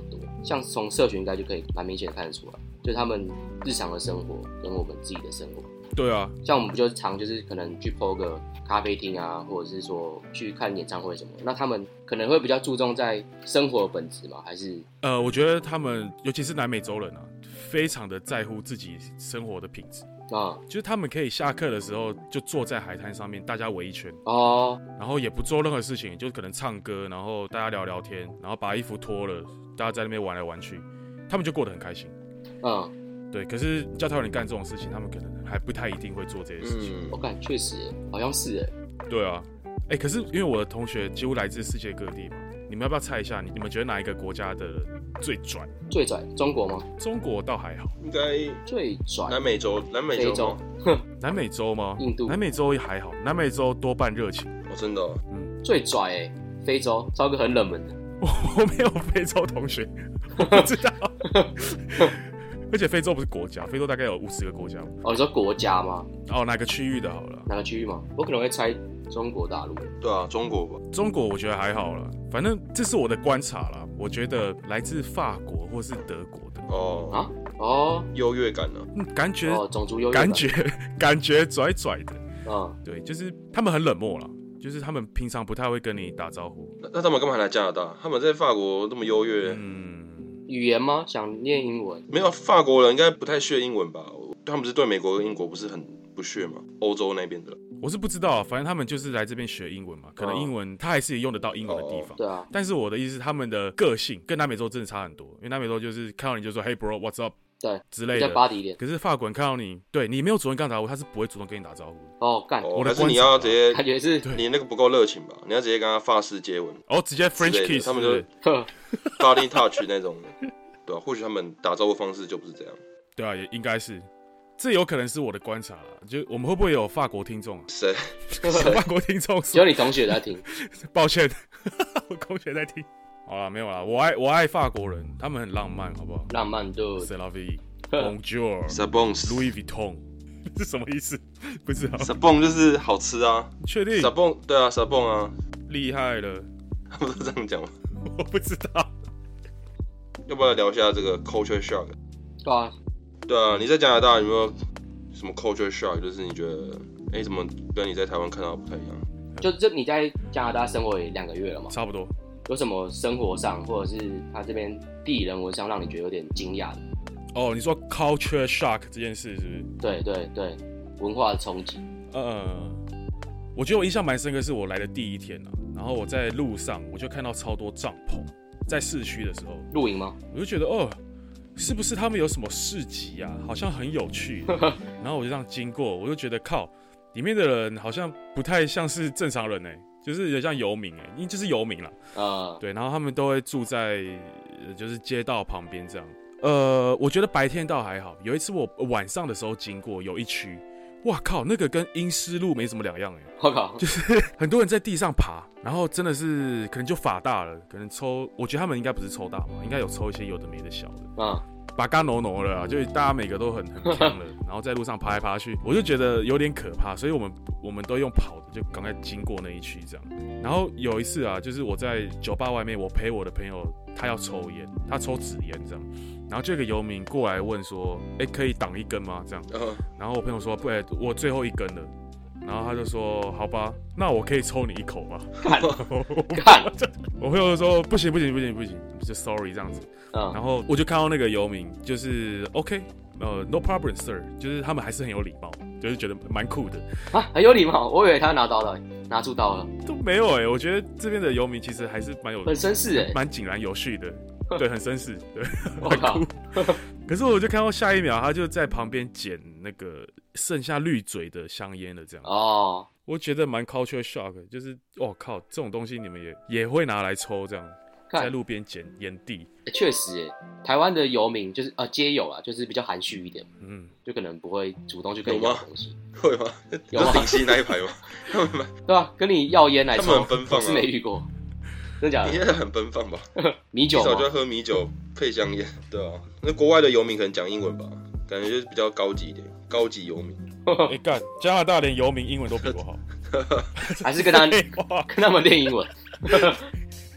像从社群应该就可以蛮明显的看得出来，就是他们日常的生活跟我们自己的生活。 对啊， 像我们不就是常就是可能去 po 个咖啡厅啊，或者是说去看演唱会什么，那他们可能会比较注重在生活的本质吗？还是呃，我觉得他们尤其是南美洲人啊，非常的在乎自己生活的品质啊，就是他们可以下课的时候就坐在海滩上面，大家围一圈哦，然后也不做任何事情，就可能唱歌，然后大家聊聊天，然后把衣服脱了，大家在那边玩来玩去，他们就过得很开心。嗯。对，可是叫台湾人干这种事情，他们可能还不太一定会做这些事情。 我感确实，好像是哎。 对啊，哎，可是因为我的同学几乎来自世界各地嘛，你们要不要猜一下？你你们觉得哪一个国家的最拽？ 最拽？中国吗？ 中国倒还好， 应该最拽。 南美洲，南美洲， 南美洲吗？ 印度。 南美洲还好，南美洲多半热情。 哦，真的、哦。 嗯，最拽哎，非洲，找个很冷门的。 我没有非洲同学，我不知道。而且非洲不是国家，非洲大概有五十个国家。 哦，你说国家吗？ 哦，哪个区域的好了？ 哪个区域吗？我可能会猜中国大陆。 对啊，中国吧。 中国我觉得还好了，反正这是我的观察啦。我觉得来自法国或是德国的。 哦啊哦， 优越感呢、啊嗯？感觉哦，种族优越感， 感觉感觉拽拽的。 嗯， 对，就是他们很冷漠啦。就是他们平常不太会跟你打招呼。 那, 那他们干嘛来加拿大？他们在法国那么优越。 嗯。 语言吗？想念英文？ 没有，法国人应该不太学英文吧？他们不是对美国跟英国不是很不屑吗？欧洲那边的， 我是不知道，反正他们就是来这边学英文嘛，可能英文他还是用得到英文的地方。 哦、对啊。 但是我的意思是，他们的个性跟南美洲真的差很多，因为南美洲就是看到你就说 “Hey bro, what's up”。 对， 之类的， 比较巴迪一点。 可是法国人看到你，对你没有主动跟他打招呼，他是不会主动跟你打招呼的。 哦，干， 哦，还是你要直接， 感觉是你那个不够热情吧？你要直接跟他法式接吻， 哦，直接 French kiss， 他们就 body touch 那种的，对啊，或许他们打招呼方式就不是这样。 对啊，也应该是，这有可能是我的观察啦。就我们会不会有法国听众、啊？ 谁？ 法国听众？ 只有你同学在听。 抱歉，我同学在听。好啦，没有啦，我爱我爱法国人，他们很浪漫，好不好？ 浪漫就 C'est la vie。Bonjour, Louis Vuitton 是什么意思？不知道。 Sabon 就是好吃啊， 确定 ？Sabon 对啊 ，Sabon 啊， 厉害了。 他不是这样讲吗？ 我不知道。 要不要来聊一下这个 culture shock？ 对啊， 对啊，你在加拿大有没有什么 culture shock？ 就是你觉得，哎、欸，怎么跟你在台湾看到的不太一样？ 就这你在加拿大生活也两个月了嘛？ 差不多。 有什么生活上或者是他这边地理人文上让你觉得有点惊讶的？ 哦，你说 culture shock 这件事是不是？ 对对对，文化的冲击。 呃，我觉得我印象蛮深刻，是我来的第一天啊，然后我在路上我就看到超多帐篷，在市区的时候。 露营吗？ 我就觉得哦，是不是他们有什么市集啊？好像很有趣。然后我就这样经过，我就觉得靠，里面的人好像不太像是正常人哎、欸。就是有点像游民哎、欸，因为就是游民啦，啊、uh ，对，然后他们都会住在就是街道旁边这样。呃，我觉得白天倒还好，有一次我晚上的时候经过，有一区，哇靠，那个跟阴湿路没什么两样哎、欸， 我靠， 就是很多人在地上爬，然后真的是可能就法大了，可能抽，我觉得他们应该不是抽大麻，应该有抽一些有的没的小的，啊、uh 。把嘎挪挪了，就大家每个都很很强了，然后在路上爬来爬去，我就觉得有点可怕，所以我们我们都用跑的，就赶快经过那一区这样。然后有一次啊，就是我在酒吧外面，我陪我的朋友，他要抽烟，他抽纸烟这样，然后就有个游民过来问说，哎、欸，可以挡一根吗？这样，然后我朋友说，不，欸、我最后一根了。然后他就说：“好吧，那我可以抽你一口吧。” 干， 我朋友说：“不行不行不行不行，就 sorry 这样子。”嗯，然后我就看到那个游民，就是 OK， 呃 ，no problem sir， 就是他们还是很有礼貌，就是觉得蛮酷的啊，很有礼貌。我以为他拿刀了，拿出刀了， 都没有哎、欸。我觉得这边的游民其实还是蛮有很绅士哎， 蛮井然有序的，对，很绅士，对，很酷。可是我就看到下一秒，他就在旁边捡那个剩下绿嘴的香烟了，这样哦，我觉得蛮 culture shock， 就是哦靠，这种东西你们也也会拿来抽，这样在路边捡烟蒂。 确实，台湾的游民就是呃街友啊，就是比较含蓄一点，嗯，就可能不会主动去跟你要东西， 会吗？有吗？顶溪那一排吗？ 对吧？跟你要烟来抽， 他们很奔放啊， 我是没遇过。真的假的？ 你现在很奔放吧？ 米酒， 至少就要喝米酒配香烟，对啊。那国外的游民可能讲英文吧，感觉就是比较高级一点，高级游民。 哎、欸、干，加拿大连游民英文都比我好， 还是跟他跟他们练英文？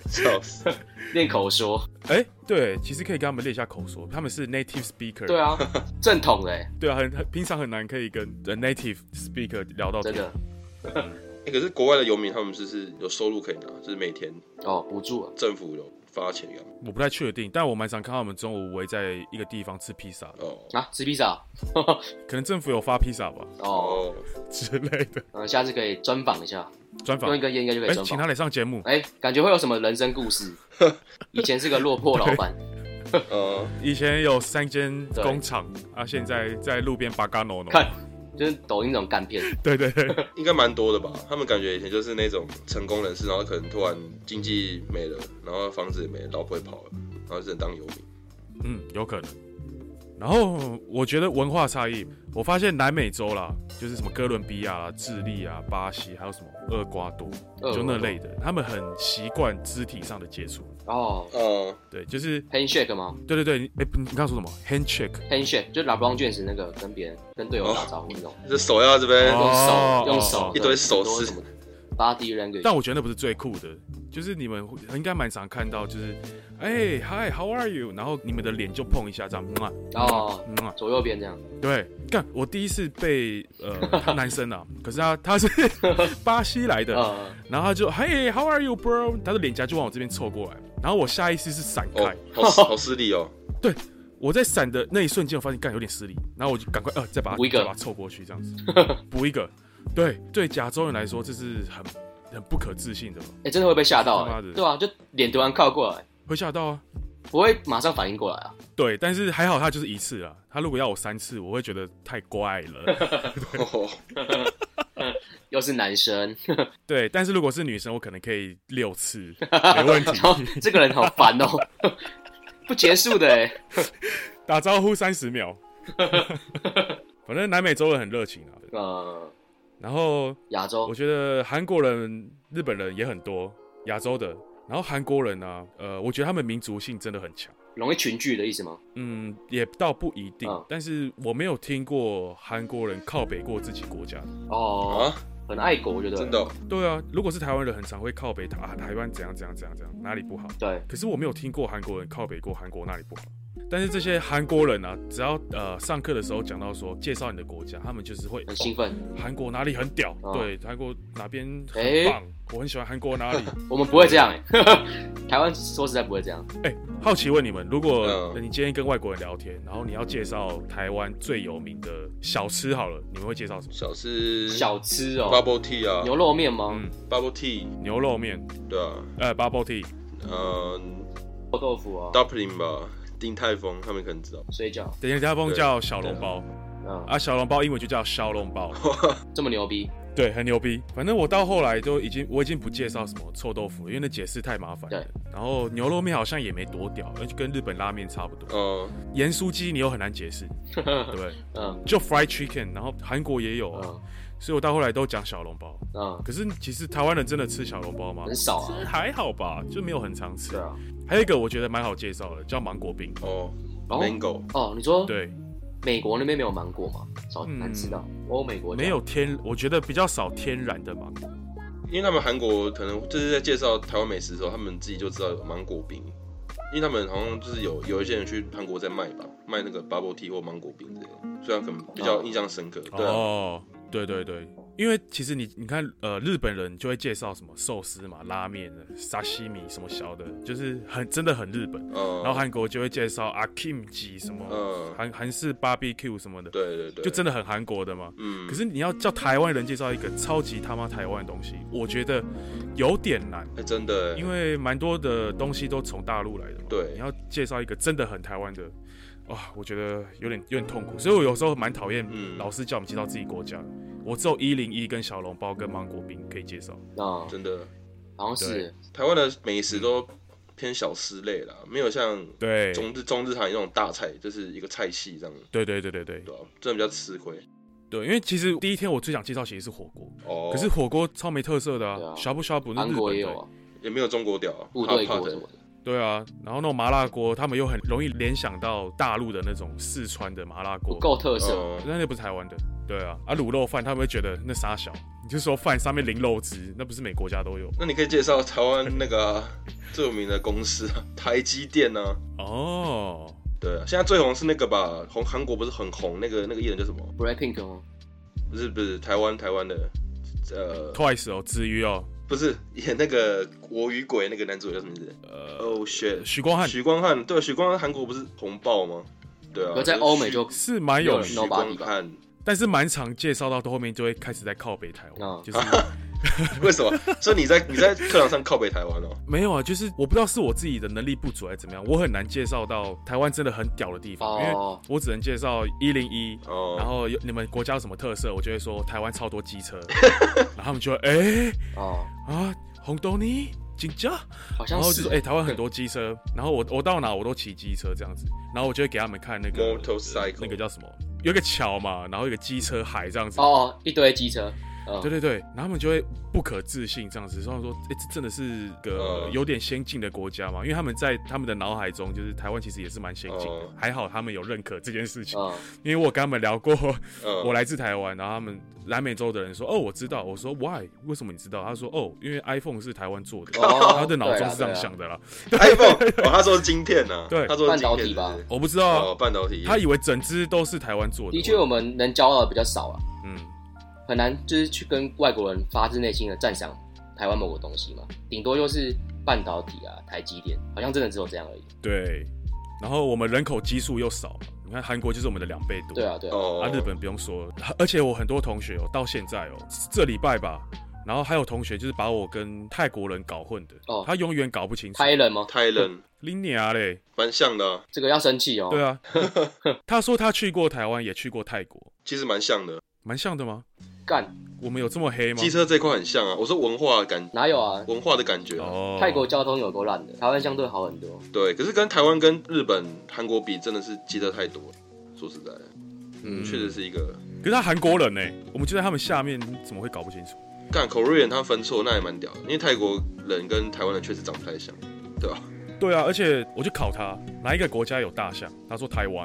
笑死， 练口说。 哎、欸，对，其实可以跟他们练一下口说，他们是 native speaker。 对啊，正统的哎。 对啊，很很平常很难可以跟 native speaker 聊到天。 真的。 欸、可是国外的游民他们是是有收入可以拿，就是每天哦补助、啊， 政府有发钱给他们。 我不太确定，但我蛮常看到他们中午围在一个地方吃披萨。 哦啊，吃披萨， 可能政府有发披萨吧。 哦之类的。 嗯，下次可以专访一下， 专访用一根烟应该就可以专访、 欸。请他来上节目。 哎、欸，感觉会有什么人生故事？以前是个落魄老板。 呃，以前有三间工厂啊，现在在路边拔嘎农农。 看。就是抖音那种干片， 对对对， 应该蛮多的吧？他们感觉以前就是那种成功人士，然后可能突然经济没了，然后房子也没了，老婆也跑了，然后只能当游民。 嗯，有可能。然后我觉得文化差异，我发现南美洲啦，就是什么哥伦比亚啦、智利啊、巴西，还有什么厄瓜多，就那类的，他们很习惯肢体上的接触。 哦哦， 对，就是 handshake 吗？ 对对对，哎、欸，你刚刚说什么 handshake？handshake 就是 LeBron James 那个跟别人跟队友打招呼那种， 这、哦、手要这边、 用手、哦、用手、 哦、一堆手势。 Body language， 但我觉得那不是最酷的，就是你们应该蛮常看到，就是哎 ，Hi how are you？ 然后你们的脸就碰一下，这样， 哦，左右边这样。 对，干，我第一次被呃，他男生啊，可是他他是巴西来的，然后他就 Hey how are you bro？ 他的脸颊就往我这边凑过来，然后我下意识是闪开， 哦、好好失礼哦。 对，我在闪的那一瞬间，我发现干有点失礼，然后我就赶快呃再把他再把他凑过去，这样子补一个。对对，亚洲人来说这是很很不可置信的。 哎、欸，真的会被吓到、欸，对啊，就脸突然靠过来， 会吓到啊， 不会马上反应过来啊。 对，但是还好他就是一次啊，他如果要我三次，我会觉得太怪了。 又是男生， 对，但是如果是女生，我可能可以六次，没问题。 这个人好烦哦，不结束的哎， 打招呼三十秒。反正南美洲人很热情啊。 呃， 然后亚洲， 我觉得韩国人、日本人也很多，亚洲的。然后韩国人啊，呃，我觉得他们民族性真的很强， 容易群聚的意思吗？ 嗯，也倒不一定， 嗯、 但是我没有听过韩国人靠北过自己国家的。 哦，啊、很爱国，我觉得真的、哦。 对啊，如果是台湾人，很常会靠北台啊，台湾怎样怎样怎样怎样，哪里不好？ 对。 可是我没有听过韩国人靠北过韩国哪里不好。但是这些韩国人啊，只要呃上课的时候讲到说介绍你的国家，他们就是会很兴奋。 韩、哦、国哪里很屌？哦、对，韩国哪边很棒？欸、我很喜欢韩国哪里？ 我们不会这样哎、欸，台湾说实在不会这样。 哎、欸，好奇问你们，如果你今天跟外国人聊天，然后你要介绍台湾最有名的小吃好了，你们会介绍什么？ 小吃？ 小吃哦 ，bubble tea 啊， 牛肉面吗？ 嗯 ，bubble tea， 牛肉面。 对啊， 呃 ，bubble tea， 呃， 臭豆腐啊 ，dumpling 吧。丁泰丰他们可能知道， 水饺。 丁泰丰叫小笼包，啊，啊小笼包英文就叫小笼包， 这么牛逼？ 对，很牛逼。反正我到后来都已经，我已经不介绍什么臭豆腐，因为那解释太麻烦了。然后牛肉面好像也没多屌，而且跟日本拉面差不多。哦、嗯。盐酥鸡你又很难解释，对不对？嗯。就 fried chicken， 然后韩国也有啊。嗯，所以我到后来都讲小笼包。嗯。可是其实台湾人真的吃小笼包吗？ 很少啊。 还好吧，就没有很常吃。 对啊。 还有一个我觉得蛮好介绍的，叫芒果冰。 哦 ，mango。 哦，你说对， 美国那边没有芒果吗？少难吃到。欧、嗯、美国没有天，我觉得比较少天然的芒果。 因为他们韩国可能就是在介绍台湾美食的时候，他们自己就知道有芒果冰，因为他们好像就是有有一些人去韩国在卖吧，卖那个 bubble tea 或芒果冰之类的，所以可能比较印象深刻。哦、对啊。 哦，对对对。因为其实你你看，呃，日本人就会介绍什么寿司嘛、拉面、沙西米什么小的，就是很真的很日本。嗯、然后韩国就会介绍阿 kimchi 什么，韩韩式 barbecue 什么的。 对对对， 就真的很韩国的嘛。嗯。可是你要叫台湾人介绍一个超级他妈台湾的东西，我觉得有点难。 哎、欸，真的。 因为蛮多的东西都从大陆来的嘛。 对。 你要介绍一个真的很台湾的。哇、哦，我觉得有点有点痛苦，所以我有时候蛮讨厌老师叫我们介绍自己国家。我只有一零一跟小笼包跟芒果冰可以介绍。 啊， 真的， 好像是台湾的美食都偏小吃类啦，没有像对中日中日韩那种大菜，就是一个菜系这样。 对对对对对， 对啊，真的比较吃亏。 对，因为其实第一天我最想介绍其实是火锅，哦，可是火锅超没特色的啊，呷哺呷哺那日本也有啊， 也没有中国屌啊， 部队锅什么的。 对啊，然后那种麻辣锅，他们又很容易联想到大陆的那种四川的麻辣锅， 不够特色， 那那不是台湾的。对啊，啊卤肉饭他们会觉得那傻小，你就说饭上面淋肉汁，那不是每国家都有。 那你可以介绍台湾那个、啊、最有名的公司啊，台积电啊。 哦， 对啊，现在最红是那个吧，红韩国不是很红，那个那个艺人叫什么 ？Blackpink 吗？ 不是不是，台湾台湾的，呃 ，Twice 哦，子瑜哦。 不是演那个国语鬼那个男主角叫什么名字？呃 ，Oh shit， 许光汉。 许光汉，对，许光汉韩国不是红爆吗？对啊， 可在欧美就是蛮有许光汉， 但是蛮常介绍到后面就会开始在靠北台湾，哦、就是。 为什么？所以你在你在课堂上靠北台湾哦？ 没有啊，就是我不知道是我自己的能力不足还是怎么样，我很难介绍到台湾真的很屌的地方，哦、因为我只能介绍一零一，然后你们国家有什么特色，我就会说台湾超多机车，然后他们就会哎、欸、哦啊红豆泥。紧张， 好像是， 然后就说哎、欸，台湾很多机车，然后我我到哪我都骑机车这样子，然后我就会给他们看那个 motorcycle， 那个叫什么，有一个桥嘛，然后有一个机车海这样子， 哦，一堆机车， 嗯、对对对，然后他们就会不可置信这样子，所以说哎、欸，这真的是个有点先进的国家嘛，因为他们在他们的脑海中，就是台湾其实也是蛮先进的，嗯、还好他们有认可这件事情，嗯、因为我跟他们聊过，嗯、我来自台湾，然后他们。南美洲的人说：“哦，我知道。”我说 ：“Why？ 为什么你知道？”他说：“哦，因为 iPhone 是台湾做的。”哦、他的脑中是这样想的啦。 iPhone， 哦，他说是晶片呢、啊。 对， 他说半导体吧， 我不知道啊。 哦，半导体。 他以为整只都是台湾做的。 的确，我们能教的比较少啊。嗯，很难就是去跟外国人发自内心的赞赏台湾某个东西嘛，顶多就是半导体啊、台积电，好像真的只有这样而已。 对，然后我们人口基数又少。你看韩国就是我们的两倍多， 对啊对啊， 啊日本不用说了，而且我很多同学哦，到现在哦，这礼拜吧，然后还有同学就是把我跟泰国人搞混的，哦，他永远搞不清楚。 泰人吗？ 泰人， 你娘嘞， 蛮像的、啊。 这个要生气哦。 对啊，他说他去过台湾，也去过泰国， 其实蛮像的。 蛮像的吗？ 干， 我们有这么黑吗？ 机车这块很像啊，我说文化的感， 哪有啊？ 文化的感觉、啊。 哦， 泰国交通有够烂的，台湾相对好很多。 对，可是跟台湾、跟日本、韩国比，真的是机车太多了。说实在的，嗯，确实是一个。 可是他韩国人呢、欸，我们就在他们下面，怎么会搞不清楚？ 干 Korean 他分错，那也蛮屌的，因为泰国人跟台湾人确实长不太像，对吧？ 对啊，而且我就考他哪一个国家有大象，他说台湾。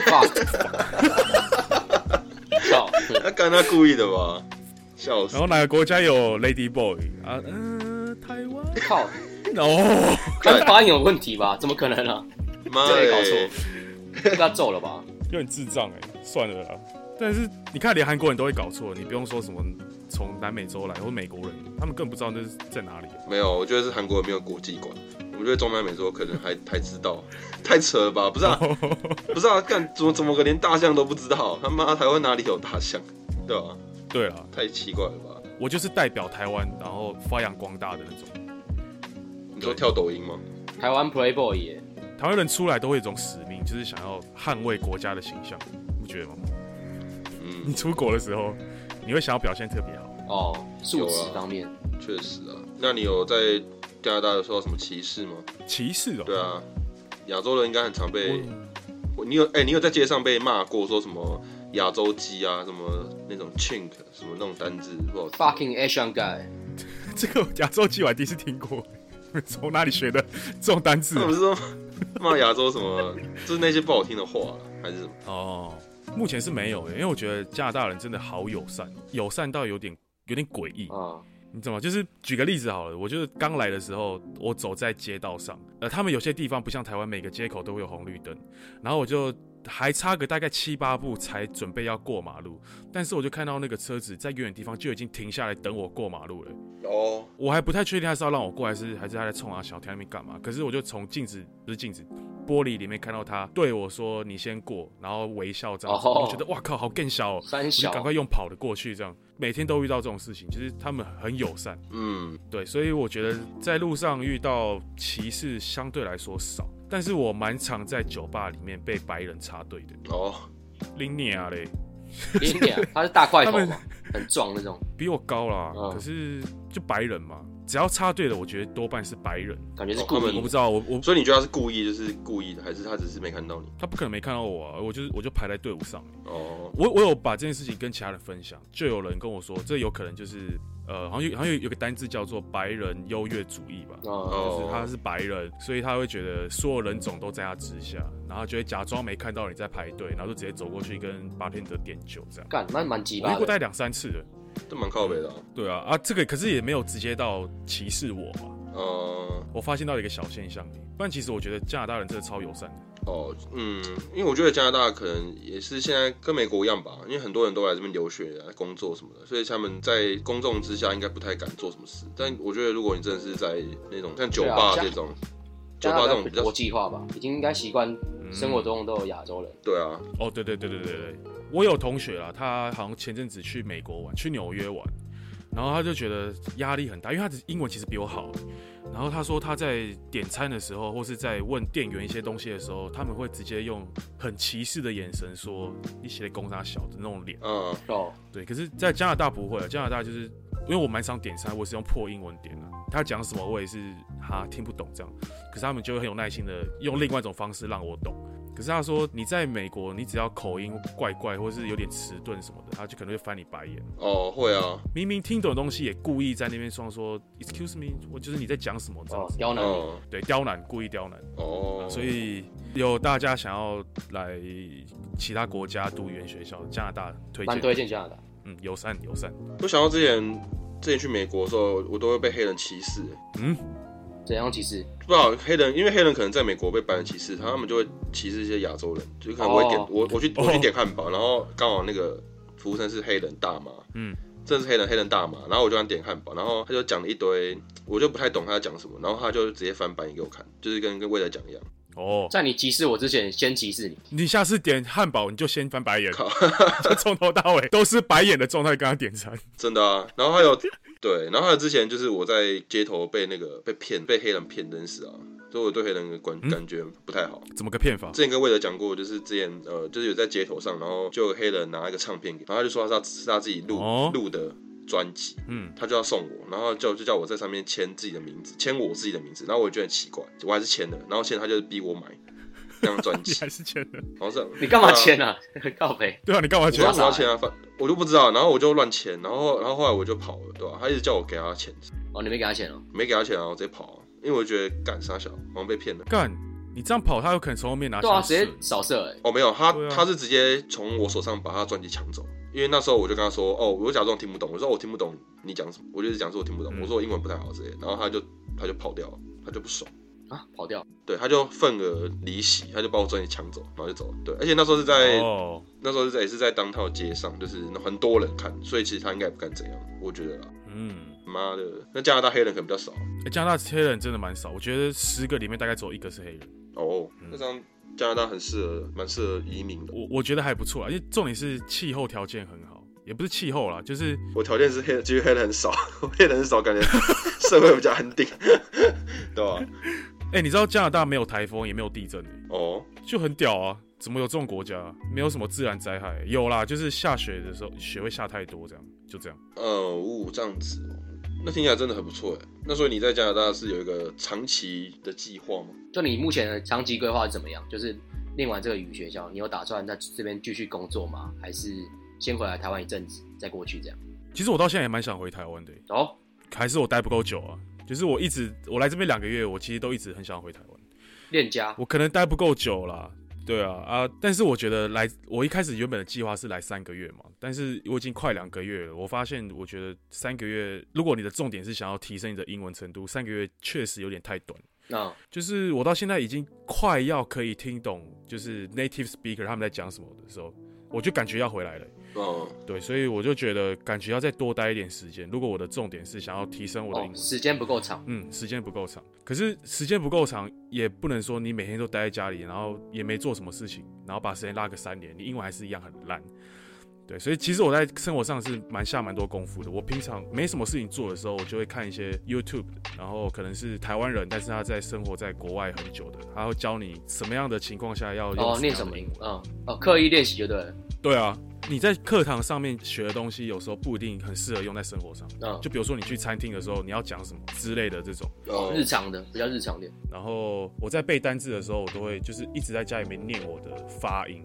他干他故意的吧？笑死。 然后哪个国家有 Lady Boy 啊？嗯、呃，台湾。 靠！ 哦， 他发音有问题吧？怎么可能啊？ 妈的，搞错，被他揍了吧？ 有点智障哎、欸，算了啦。但是你看，连韩国人都会搞错，你不用说什么从南美洲来或美国人，他们更不知道那是在哪里。 没有，我觉得是韩国人没有国际观。我觉得中南美洲可能还还知道，太扯了吧？不是啊，不是啊，干怎么怎么个连大象都不知道？他妈台湾哪里有大象？对吧、啊？ 对啊， 太奇怪了吧？ 我就是代表台湾，然后发扬光大的那种。 你说跳抖音吗？ 台湾 Playboy 耶， 台湾人出来都会有一种使命，就是想要捍卫国家的形象，你不觉得吗？嗯，你出国的时候，你会想要表现特别好哦，素质方面确实啊。那你有在加拿大有受到什么歧视吗？ 歧视哦？ 对啊，亚洲人应该很常被。你有哎、欸，你有在街上被骂过，说什么亚洲鸡啊，什么那种 chink， 什么那种单字不好听。 Fucking Asian guy， 这个亚洲鸡我还第一次听过，从哪里学的这种单字？ 他们是说骂亚洲什么，就是那些不好听的话，还是什么？ 哦，目前是没有的，因为我觉得加拿大人真的好友善，友善到有点有点诡异啊。你知道吗？就是举个例子好了，我就是刚来的时候，我走在街道上，呃，他们有些地方不像台湾每个街口都会有红绿灯，然后我就还差个大概七八步才准备要过马路，但是我就看到那个车子在远远地方就已经停下来等我过马路了。哦，我还不太确定他是要让我过，还是还是他在冲啊小跳那边干嘛？可是我就从镜子不是镜子玻璃里面看到他对我说：“你先过。”然后微笑这样子，哦、我就觉得哇靠，好更小哦， 三小， 我就赶快用跑的过去这样。每天都遇到这种事情，其实他们很友善，嗯，对，所以我觉得在路上遇到歧视相对来说少，但是我蛮常在酒吧里面被白人插队的。哦，林鸟啊嘞， 林鸟，他是大块头嘛，很壮那种， 比我高啦，嗯、可是就白人嘛，只要插队的，我觉得多半是白人， 感觉是故意， 我不知道，我我， 所以你觉得他是故意，就是故意的，还是他只是没看到你？ 他不可能没看到我啊，我就是我就排在队伍上。哦，我我有把这件事情跟其他人分享，就有人跟我说，这有可能就是呃，好像有好像有有个单字叫做白人优越主义吧， 哦， 就是他是白人，所以他会觉得所有人种都在他之下，然后就会假装没看到你在排队，然后就直接走过去跟巴天德点酒这样。 干，那蛮鸡巴的。 我遇过大概两三次的， 这蛮靠北的、啊。 对啊，啊，这个可是也没有直接到歧视我嘛。 哦、 呃，我发现到一个小现象，不然其实我觉得加拿大人真的超友善的。 哦，嗯，因为我觉得加拿大可能也是现在跟美国一样吧，因为很多人都来这边留学啊、工作什么的，所以他们在公众之下应该不太敢做什么事。但我觉得如果你真的是在那种像酒吧这种，酒吧这种比较国际化吧，已经应该习惯生活中都有亚洲人。 对啊， 哦，对对对对对对，我有同学啦，他好像前阵子去美国玩，去纽约玩，然后他就觉得压力很大，因为他的英文其实比我好。然后他说他在点餐的时候，或是在问店员一些东西的时候，他们会直接用很歧视的眼神说“你写的公差小”的那种脸。 嗯， 哦， 对。可是，在加拿大不会，加拿大就是因为我蛮常点餐，我是用破英文点啊，他讲什么我也是哈听不懂这样。可是他们就会很有耐心的用另外一种方式让我懂。可是他说你在美国，你只要口音怪怪或是有点迟钝什么的，他就可能会翻你白眼。 哦，会啊， 明明听懂的东西也故意在那边说说 excuse me， 我就是你在讲什么这样子。 哦，刁难你。 哦、 对，刁难，故意刁难。 哦、 啊，所以有大家想要来其他国家读语言学校，加拿大推荐， 蛮推荐加拿大。 嗯，友善友善。 我想到之前之前去美国的时候，我都会被黑人歧视。 嗯。 怎样歧视？ 不知道黑人，因为黑人可能在美国被白人歧视，他们就会歧视一些亚洲人，就可能我会点、哦、我我去我去点汉堡，然后刚好那个服务生是黑人大妈，嗯，真的是黑人黑人大妈，然后我就想点汉堡，然后他就讲了一堆，我就不太懂他在讲什么，然后他就直接翻白眼给我看，就是跟跟魏德讲一样。 哦， 在你歧视我之前，先歧视你。 你下次点汉堡，你就先翻白眼，就从头到尾都是白眼的状态跟他点餐。 真的啊，然后还有对，然后还有之前就是我在街头被那个被骗，被黑人骗认识啊，所以我对黑人的感感觉不太好。 怎么个骗法？ 之前跟魏德讲过，就是之前呃，就是有在街头上，然后就有黑人拿一个唱片给，然后他就说他是他是他自己录录、哦、的专辑，嗯，他就要送我，然后就就叫我在上面签自己的名字，签我自己的名字，然后我觉得很奇怪，我还是签了，然后签他就是逼我买那张专辑， 你还是签了， 好像你干嘛签啊？靠北， 对啊，你干嘛签？ 我要签啊，我就不知道，然后我就乱签，然后然后后来我就跑了，对吧、啊？他一直叫我给他钱， 哦，你没给他钱哦？ 没给他钱啊，我直接跑、啊，因为我觉得干傻小，好像被骗了。 干，你这样跑，他有可能从后面拿对啊，直接扫射哎。 哦，没有，他、 啊、 他是直接从我手上把他专辑抢走。因为那时候我就跟他说，哦，我假装听不懂，我说我听不懂你讲什么，我就是讲说我听不懂，嗯、我说我英文不太好之类的，然后他就他就跑掉了，他就不爽啊，跑掉， 对，他就愤而离席，他就把我专辑抢走，然后就走了，对，而且那时候是在、哦、那时候是在也是在当套街上，就是很多人看，所以其实他应该也不敢怎样，我觉得啦，嗯，妈的，那加拿大黑人可能比较少， 欸、加拿大黑人真的蛮少，我觉得十个里面大概只有一个是黑人， 哦，嗯、那张加拿大很适合，蛮适合移民的， 我我觉得还不错啊，因为重点是气候条件很好。也不是气候啦，就是我条件是黑人，其实黑人很少，黑人很少，感觉社会比较安定，对吧、啊？ 哎、欸，你知道加拿大没有台风，也没有地震、欸、 哦， 就很屌啊！怎么有这种国家？没有什么自然灾害、欸，有啦，就是下雪的时候，雪会下太多，这样就这样。 呃，呜，这样子哦，那听起来真的很不错哎。那所以你在加拿大是有一个长期的计划吗？ 就你目前的长期规划是怎么样？就是念完这个语学校，你有打算在这边继续工作吗？还是？先回来台湾一阵子，再过去这样。 其实我到现在也蛮想回台湾的、欸。 哦， 还是我待不够久啊？就是我一直我来这边两个月，我其实都一直很想回台湾。 恋家， 我可能待不够久啦，对啊啊！但是我觉得来，我一开始原本的计划是来三个月嘛，但是我已经快两个月了。我发现，我觉得三个月，如果你的重点是想要提升你的英文程度，三个月确实有点太短。 哦、 就是我到现在已经快要可以听懂，就是 native speaker 他们在讲什么的时候，我就感觉要回来了。 哦， 对，所以我就觉得感觉要再多待一点时间。如果我的重点是想要提升我的英文， 哦、时间不够长， 嗯，时间不够长。可是时间不够长，也不能说你每天都待在家里，然后也没做什么事情，然后把时间拉个三年，你英文还是一样很烂。对，所以其实我在生活上是蛮下蛮多功夫的。我平常没什么事情做的时候，我就会看一些 YouTube， 然后可能是台湾人，但是他在生活在国外很久的，他会教你什么样的情况下要用念什么英文，哦，哦，刻意练习就对了。 对啊，你在课堂上面学的东西，有时候不一定很适合用在生活上。嗯，就比如说你去餐厅的时候，你要讲什么之类的这种， 哦，日常的比较日常点。 然后我在背单字的时候，我都会就是一直在家里面念我的发音。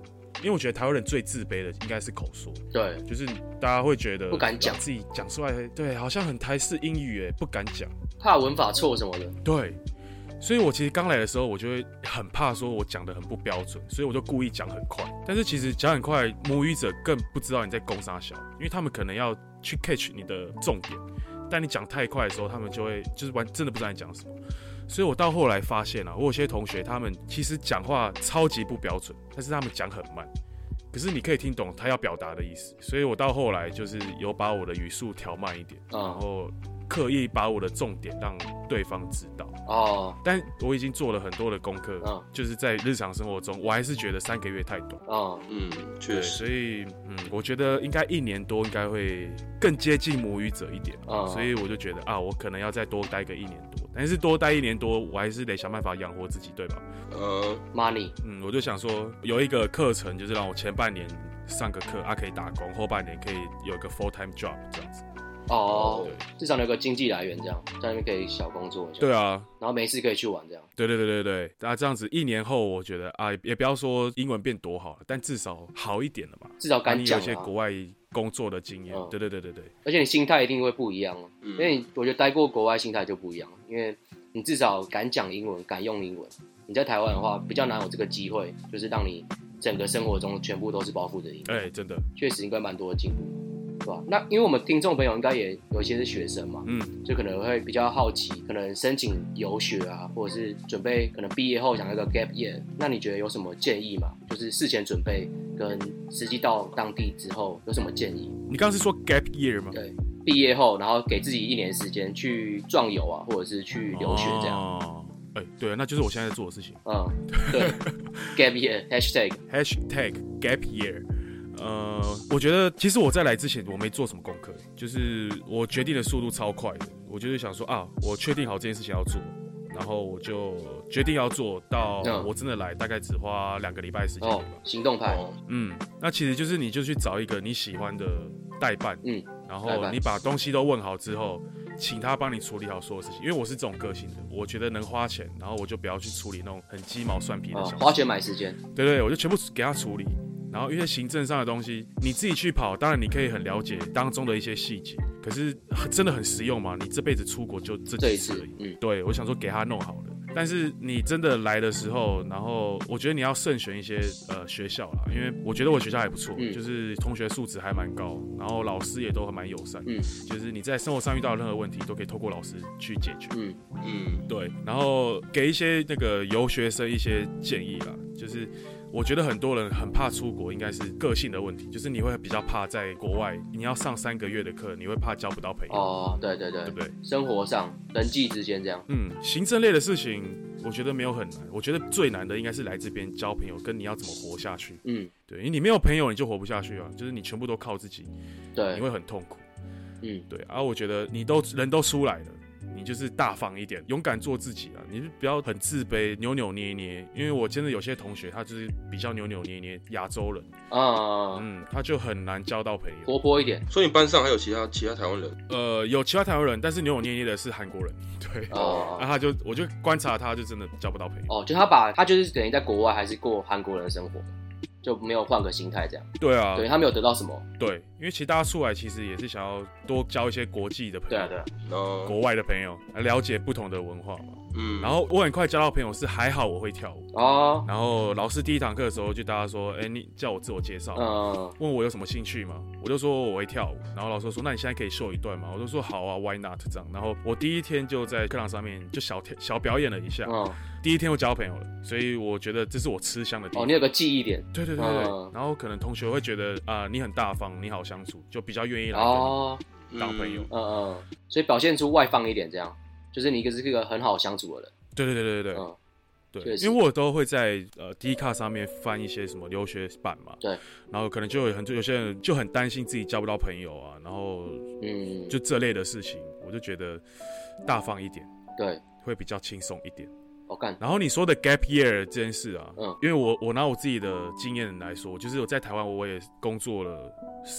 因为我觉得台湾人最自卑的应该是口说， 对， 就是大家会觉得不敢讲自己讲出来，对，好像很台式英语哎，不敢讲， 怕文法错什么的， 对。所以我其实刚来的时候，我就会很怕说我讲的很不标准，所以我就故意讲很快。但是其实讲很快，母语者更不知道你在攻啥小，因为他们可能要去 catch 你的重点，但你讲太快的时候，他们就会就是完真的不知道你讲什么。所以我到后来发现啊，我有些同学他们其实讲话超级不标准，但是他们讲很慢，可是你可以听懂他要表达的意思。所以我到后来就是有把我的语速调慢一点，嗯、然后刻意把我的重点让对方知道。哦，但我已经做了很多的功课，嗯，就是在日常生活中，我还是觉得三个月太短。 哦， 嗯，确实， 所以嗯，我觉得应该一年多应该会更接近母语者一点。哦，所以我就觉得啊，我可能要再多待个一年多，但是多待一年多，我还是得想办法养活自己，对吧？ 呃 ，money， 嗯，我就想说有一个课程，就是让我前半年上个课啊可以打工，后半年可以有一个 full time job 这样子。 哦，至少有个经济来源，这样在那边可以小工作一下。 对啊， 然后没事可以去玩，这样。 对对对对对，那这样子一年后，我觉得啊，也不要说英文变多好了，但至少好一点了嘛。 至少敢讲、啊。 你有一些国外工作的经验，嗯、对对对对对。 而且你心态一定会不一样，嗯、因为我觉得待过国外心态就不一样，因为你至少敢讲英文，敢用英文。你在台湾的话，比较难有这个机会，就是让你整个生活中全部都是包袱的英文。 哎、欸，真的， 确实应该蛮多的进步。对吧？那因为我们听众朋友应该也有一些是学生嘛，嗯，就可能会比较好奇，可能申请游学啊，或者是准备可能毕业后想要一个 gap year， 那你觉得有什么建议吗？就是事前准备跟实际到当地之后有什么建议？ 你刚刚是说 gap year 吗？ 对，毕业后然后给自己一年时间去壮游啊，或者是去留学这样。 哦，哎、欸，对，那就是我现在在做的事情。 嗯，对，gap year hashtag hashtag gap year。呃，我觉得其实我在来之前我没做什么功课，就是我决定的速度超快的。我就是想说啊，我确定好这件事情要做，然后我就决定要做到我真的来，大概只花两个礼拜时间。 哦，行动派。 嗯，那其实就是你就去找一个你喜欢的代办，嗯，然后你把东西都问好之后，请他帮你处理好所有事情。因为我是这种个性的，我觉得能花钱，然后我就不要去处理那种很鸡毛蒜皮的小事、 哦、花钱买时间。 对对，我就全部给他处理。然后一些行政上的东西，你自己去跑，当然你可以很了解当中的一些细节，可是真的很实用吗？你这辈子出国就这几次而已。嗯，对，我想说给他弄好了。但是你真的来的时候，然后我觉得你要慎选一些呃学校啦，因为我觉得我学校还不错，嗯、就是同学素质还蛮高，然后老师也都蛮友善，嗯，就是你在生活上遇到任何问题都可以透过老师去解决，嗯嗯，对，然后给一些那个游学生一些建议啦，就是我觉得很多人很怕出国，应该是个性的问题，就是你会比较怕在国外，你要上三个月的课，你会怕交不到朋友。 哦，对对对， 对不对？生活上、人际之间这样。 嗯，行政类的事情，我觉得没有很难。我觉得最难的应该是来这边交朋友，跟你要怎么活下去。嗯，对，因为你没有朋友，你就活不下去啊，就是你全部都靠自己， 对， 你会很痛苦。 嗯， 对。然后我觉得你都人都出来了。你就是大方一点，勇敢做自己啊！你不要很自卑、扭扭捏捏。因为我真的有些同学，他就是比较扭扭捏捏，亚洲人啊，嗯，他就很难交到朋友。 活泼一点。 所以你班上还有其他其他台湾人？ 呃，有其他台湾人，但是扭扭捏捏的是韩国人。对，哦，然后他就我就观察他，就真的交不到朋友。 哦，就他把他就是等于在国外还是过韩国人的生活。就没有换个心态这样。 对啊， 对他没有得到什么。 对，因为其实大家出来其实也是想要多交一些国际的朋友， 对啊对啊， 呃，国外的朋友，来了解不同的文化嘛。嗯，然后我很快交到朋友是还好我会跳舞哦。然后老师第一堂课的时候就大家说，哎、欸，你叫我自我介绍，嗯，问我有什么兴趣吗？我就说我会跳舞。然后老师说，那你现在可以秀一段吗？我就说好啊 ，Why not 这样。然后我第一天就在课堂上面就小小表演了一下。嗯，第一天我交朋友了，所以我觉得这是我吃香的地方。 哦，你有个记忆点。 对对对对。嗯、然后可能同学会觉得啊、呃，你很大方，你好相处，就比较愿意来跟你当朋友。 嗯 嗯, 嗯，所以表现出外放一点，这样就是你一个是一个很好相处的人。 对对对对对对。嗯对，因为我都会在呃 D 卡上面翻一些什么留学版嘛， 对， 然后可能就有很多有些人就很担心自己交不到朋友啊，然后嗯，就这类的事情，我就觉得大方一点， 对， 会比较轻松一点。 我干。 然后你说的 gap year 这件事啊，嗯，因为我我拿我自己的经验来说，就是我在台湾我也工作了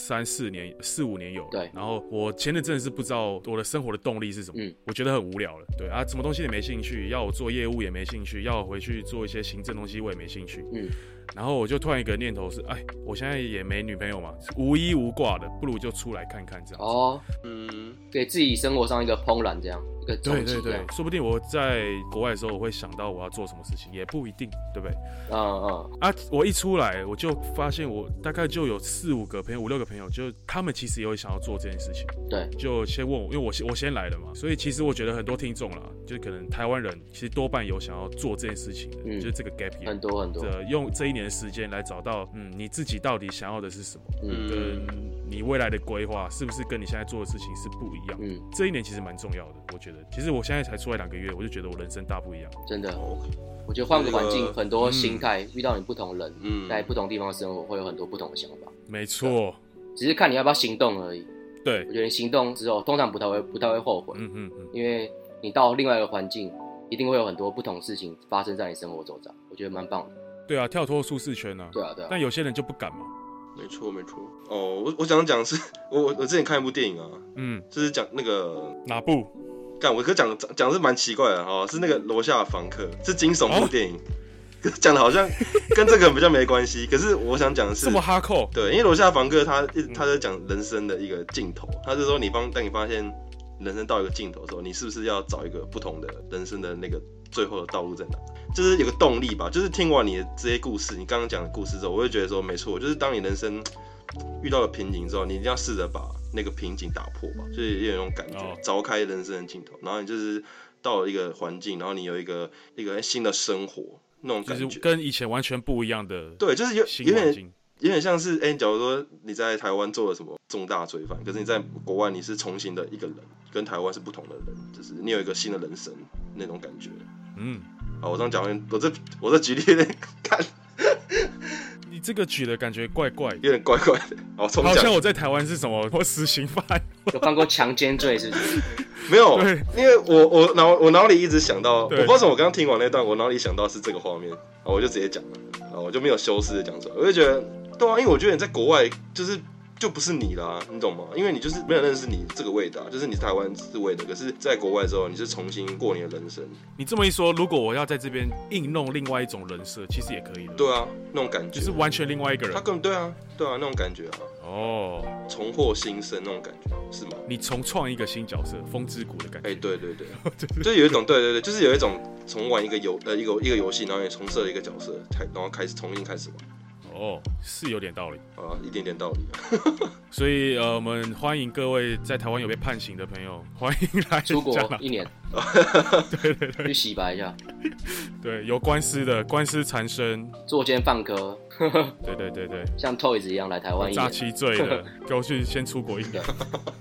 三四年、四五年有了。 对。 然后我前阵真的是不知道我的生活的动力是什么，嗯，我觉得很无聊了。对啊，什么东西也没兴趣，要我做业务也没兴趣，要我回去做一些行政东西我也没兴趣。嗯。然后我就突然一个念头是，哎，我现在也没女朋友嘛，无依无挂的，不如就出来看看这样。哦， 嗯，给自己生活上一个怦然，这样一个冲击。对对对， 说不定我在国外的时候，我会想到我要做什么事情，也不一定，对不对？嗯嗯。啊，我一出来，我就发现我大概就有四五个朋友、五六个朋友，就他们其实也会想要做这件事情。 对， 就先问我，因为我我先来的嘛，所以其实我觉得很多听众啦，就是可能台湾人其实多半有想要做这件事情的，嗯、就是这个 gap year， 很多很多， 用这一年的时间来找到，嗯，你自己到底想要的是什么，嗯，跟你未来的规划是不是跟你现在做的事情是不一样？嗯，这一年其实蛮重要的，我觉得。其实我现在才出来两个月，我就觉得我人生大不一样。 真的，我觉得换个环境，很多心态，遇到你不同人，嗯，在不同地方生活，会有很多不同的想法。 没错， 只是看你要不要行动而已。 对， 我觉得你行动之后，通常不太会不太会后悔。嗯嗯嗯，因为你到另外一个环境，一定会有很多不同事情发生在你生活周遭，我觉得蛮棒的。 对啊，跳脱舒适圈啊。 对啊对啊。 但有些人就不敢嘛。 没错没错。哦，我我想讲是，我我之前看一部电影啊，嗯，就是讲那个哪部？ 干，我可讲讲是蛮奇怪的哈，是那个楼下的房客，是惊悚部电影。哦，讲的好像跟这个比较没关系，可是我想讲的是这么哈扣。 对，因为楼下的房客他他在讲人生的一个尽头，他是说你当当你发现人生到一个尽头的时候，你是不是要找一个不同的人生的那个最后的道路在哪？就是有个动力吧。就是听完你的这些故事，你刚刚讲的故事之后，我会觉得说没错，就是当你人生遇到了瓶颈之后，你一定要试着把那个瓶颈打破吧，就是有那种感觉，哦，凿开人生的尽头，然后你就是到了一个环境，然后你有一个一个新的生活。那种感觉就是跟以前完全不一样的， 对，就是有有点有点像是，哎、欸，假如说你在台湾做了什么重大罪犯，可是你在国外你是重新的一个人，跟台湾是不同的人，就是你有一个新的人生那种感觉。嗯，好，我这样讲完，我这我这举例有点看， 你这个举的感觉怪怪的， 有点怪怪的。好， 好像我在台湾是什么或死刑犯， 有犯过强奸罪是不是？ 没有，因为我我脑我脑里一直想到，我不知道为什么我刚刚听完那段，我脑里想到是这个画面，然后我就直接讲了，然后我就没有修饰的讲出来，我就觉得，对啊，因为我觉得你在国外就是就不是你啦，你懂吗？因为你就是没有认识你这个味道，就是你是台湾是味的，可是在国外之后，你是重新过你的人生。 你这么一说，如果我要在这边硬弄另外一种人设，其实也可以的。 对啊，那种感觉就是完全另外一个人。 他根本对啊，对啊，那种感觉啊。哦，重获新生那种感觉是吗？ 你重创一个新角色，风之谷的感觉。 哎、欸，对对对，就有一种对对对，就是有一种重玩一个游呃一个一个游戏，然后你重设一个角色，然后开始重新开始玩。 哦，是有点道理啊，一点点道理。 所以呃，我们欢迎各位在台湾有被判刑的朋友，欢迎来出国一年， 对对对， 去洗白一下。 对，有官司的，官司缠身， 作奸犯科。 对对对对， 像 Toys 一样来台湾一年， 诈欺罪的，给我去先出国一年。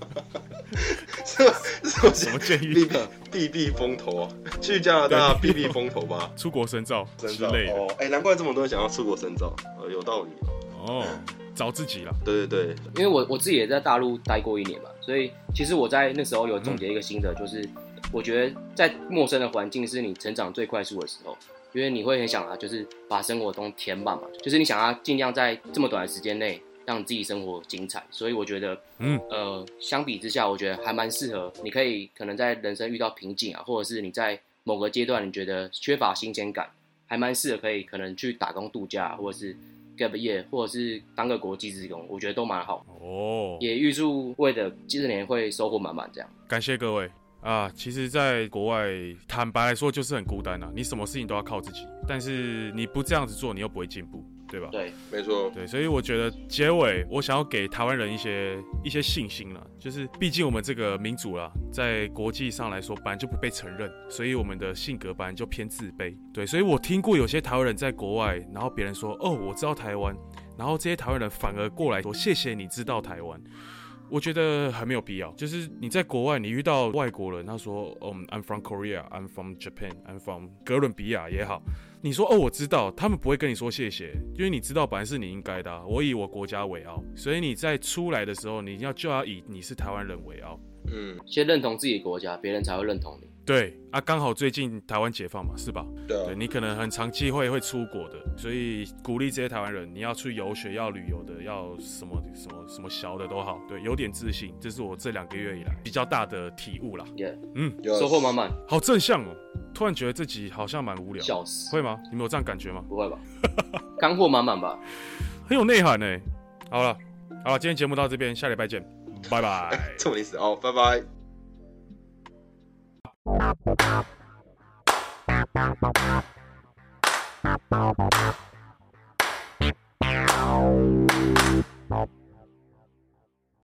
什么建议？ 避避风头啊！去加拿大避避风头吧， 出国深造之类的。 哦，哎、欸，难怪这么多人想要出国深造，呃，有道理。 哦，找自己啦。 对对对， 因为我我自己也在大陆待过一年嘛，所以其实我在那时候有总结一个心得，嗯、就是我觉得在陌生的环境是你成长最快速的时候。因为你会很想啊，就是把生活中填满嘛，就是你想要尽量在这么短的时间内让自己生活精彩，所以我觉得，嗯，呃，相比之下，我觉得还蛮适合。你可以可能在人生遇到瓶颈啊，或者是你在某个阶段你觉得缺乏新鲜感，还蛮适合可以可能去打工度假，或者是 gap year， 或者是当个国际志工，我觉得都蛮好。哦，也预祝为的这年会收获满满，这样。 感谢各位。啊，其实在国外坦白来说就是很孤单啊，你什么事情都要靠自己，但是你不这样子做你又不会进步，对吧？ 对， 没错。 对，所以我觉得结尾我想要给台湾人一些一些信心啦，就是毕竟我们这个民族啦，在国际上来说本来就不被承认，所以我们的性格本来就偏自卑。对，所以我听过有些台湾人在国外，然后别人说哦我知道台湾，然后这些台湾人反而过来说谢谢你知道台湾。我觉得很没有必要，就是你在国外，你遇到外国人，他说，嗯 ，I'm from Korea, I'm from Japan, I'm from 哥伦比亚也好，你说哦，我知道，他们不会跟你说谢谢，因为你知道本来是你应该的、啊，我以我国家为傲，所以你在出来的时候，你要就要以你是台湾人为傲， 嗯，先认同自己的国家，别人才会认同你。 对啊，刚好最近台湾解放嘛，是吧？ 对啊， 对你可能很长机会会出国的，所以鼓励这些台湾人，你要去游学、要旅游的，要什么什么什么小的都好，对，有点自信，这是我这两个月以来比较大的体悟啦。 Yeah. 嗯， 收获满满， 好正向哦。突然觉得这集好像蛮无聊， 笑死， 会吗？你们有这样感觉吗？ 不会吧？干货满满吧？很有内涵呢。好了，好了，今天节目到这边，下礼拜见，拜拜。 这么意思哦，拜拜。Bye.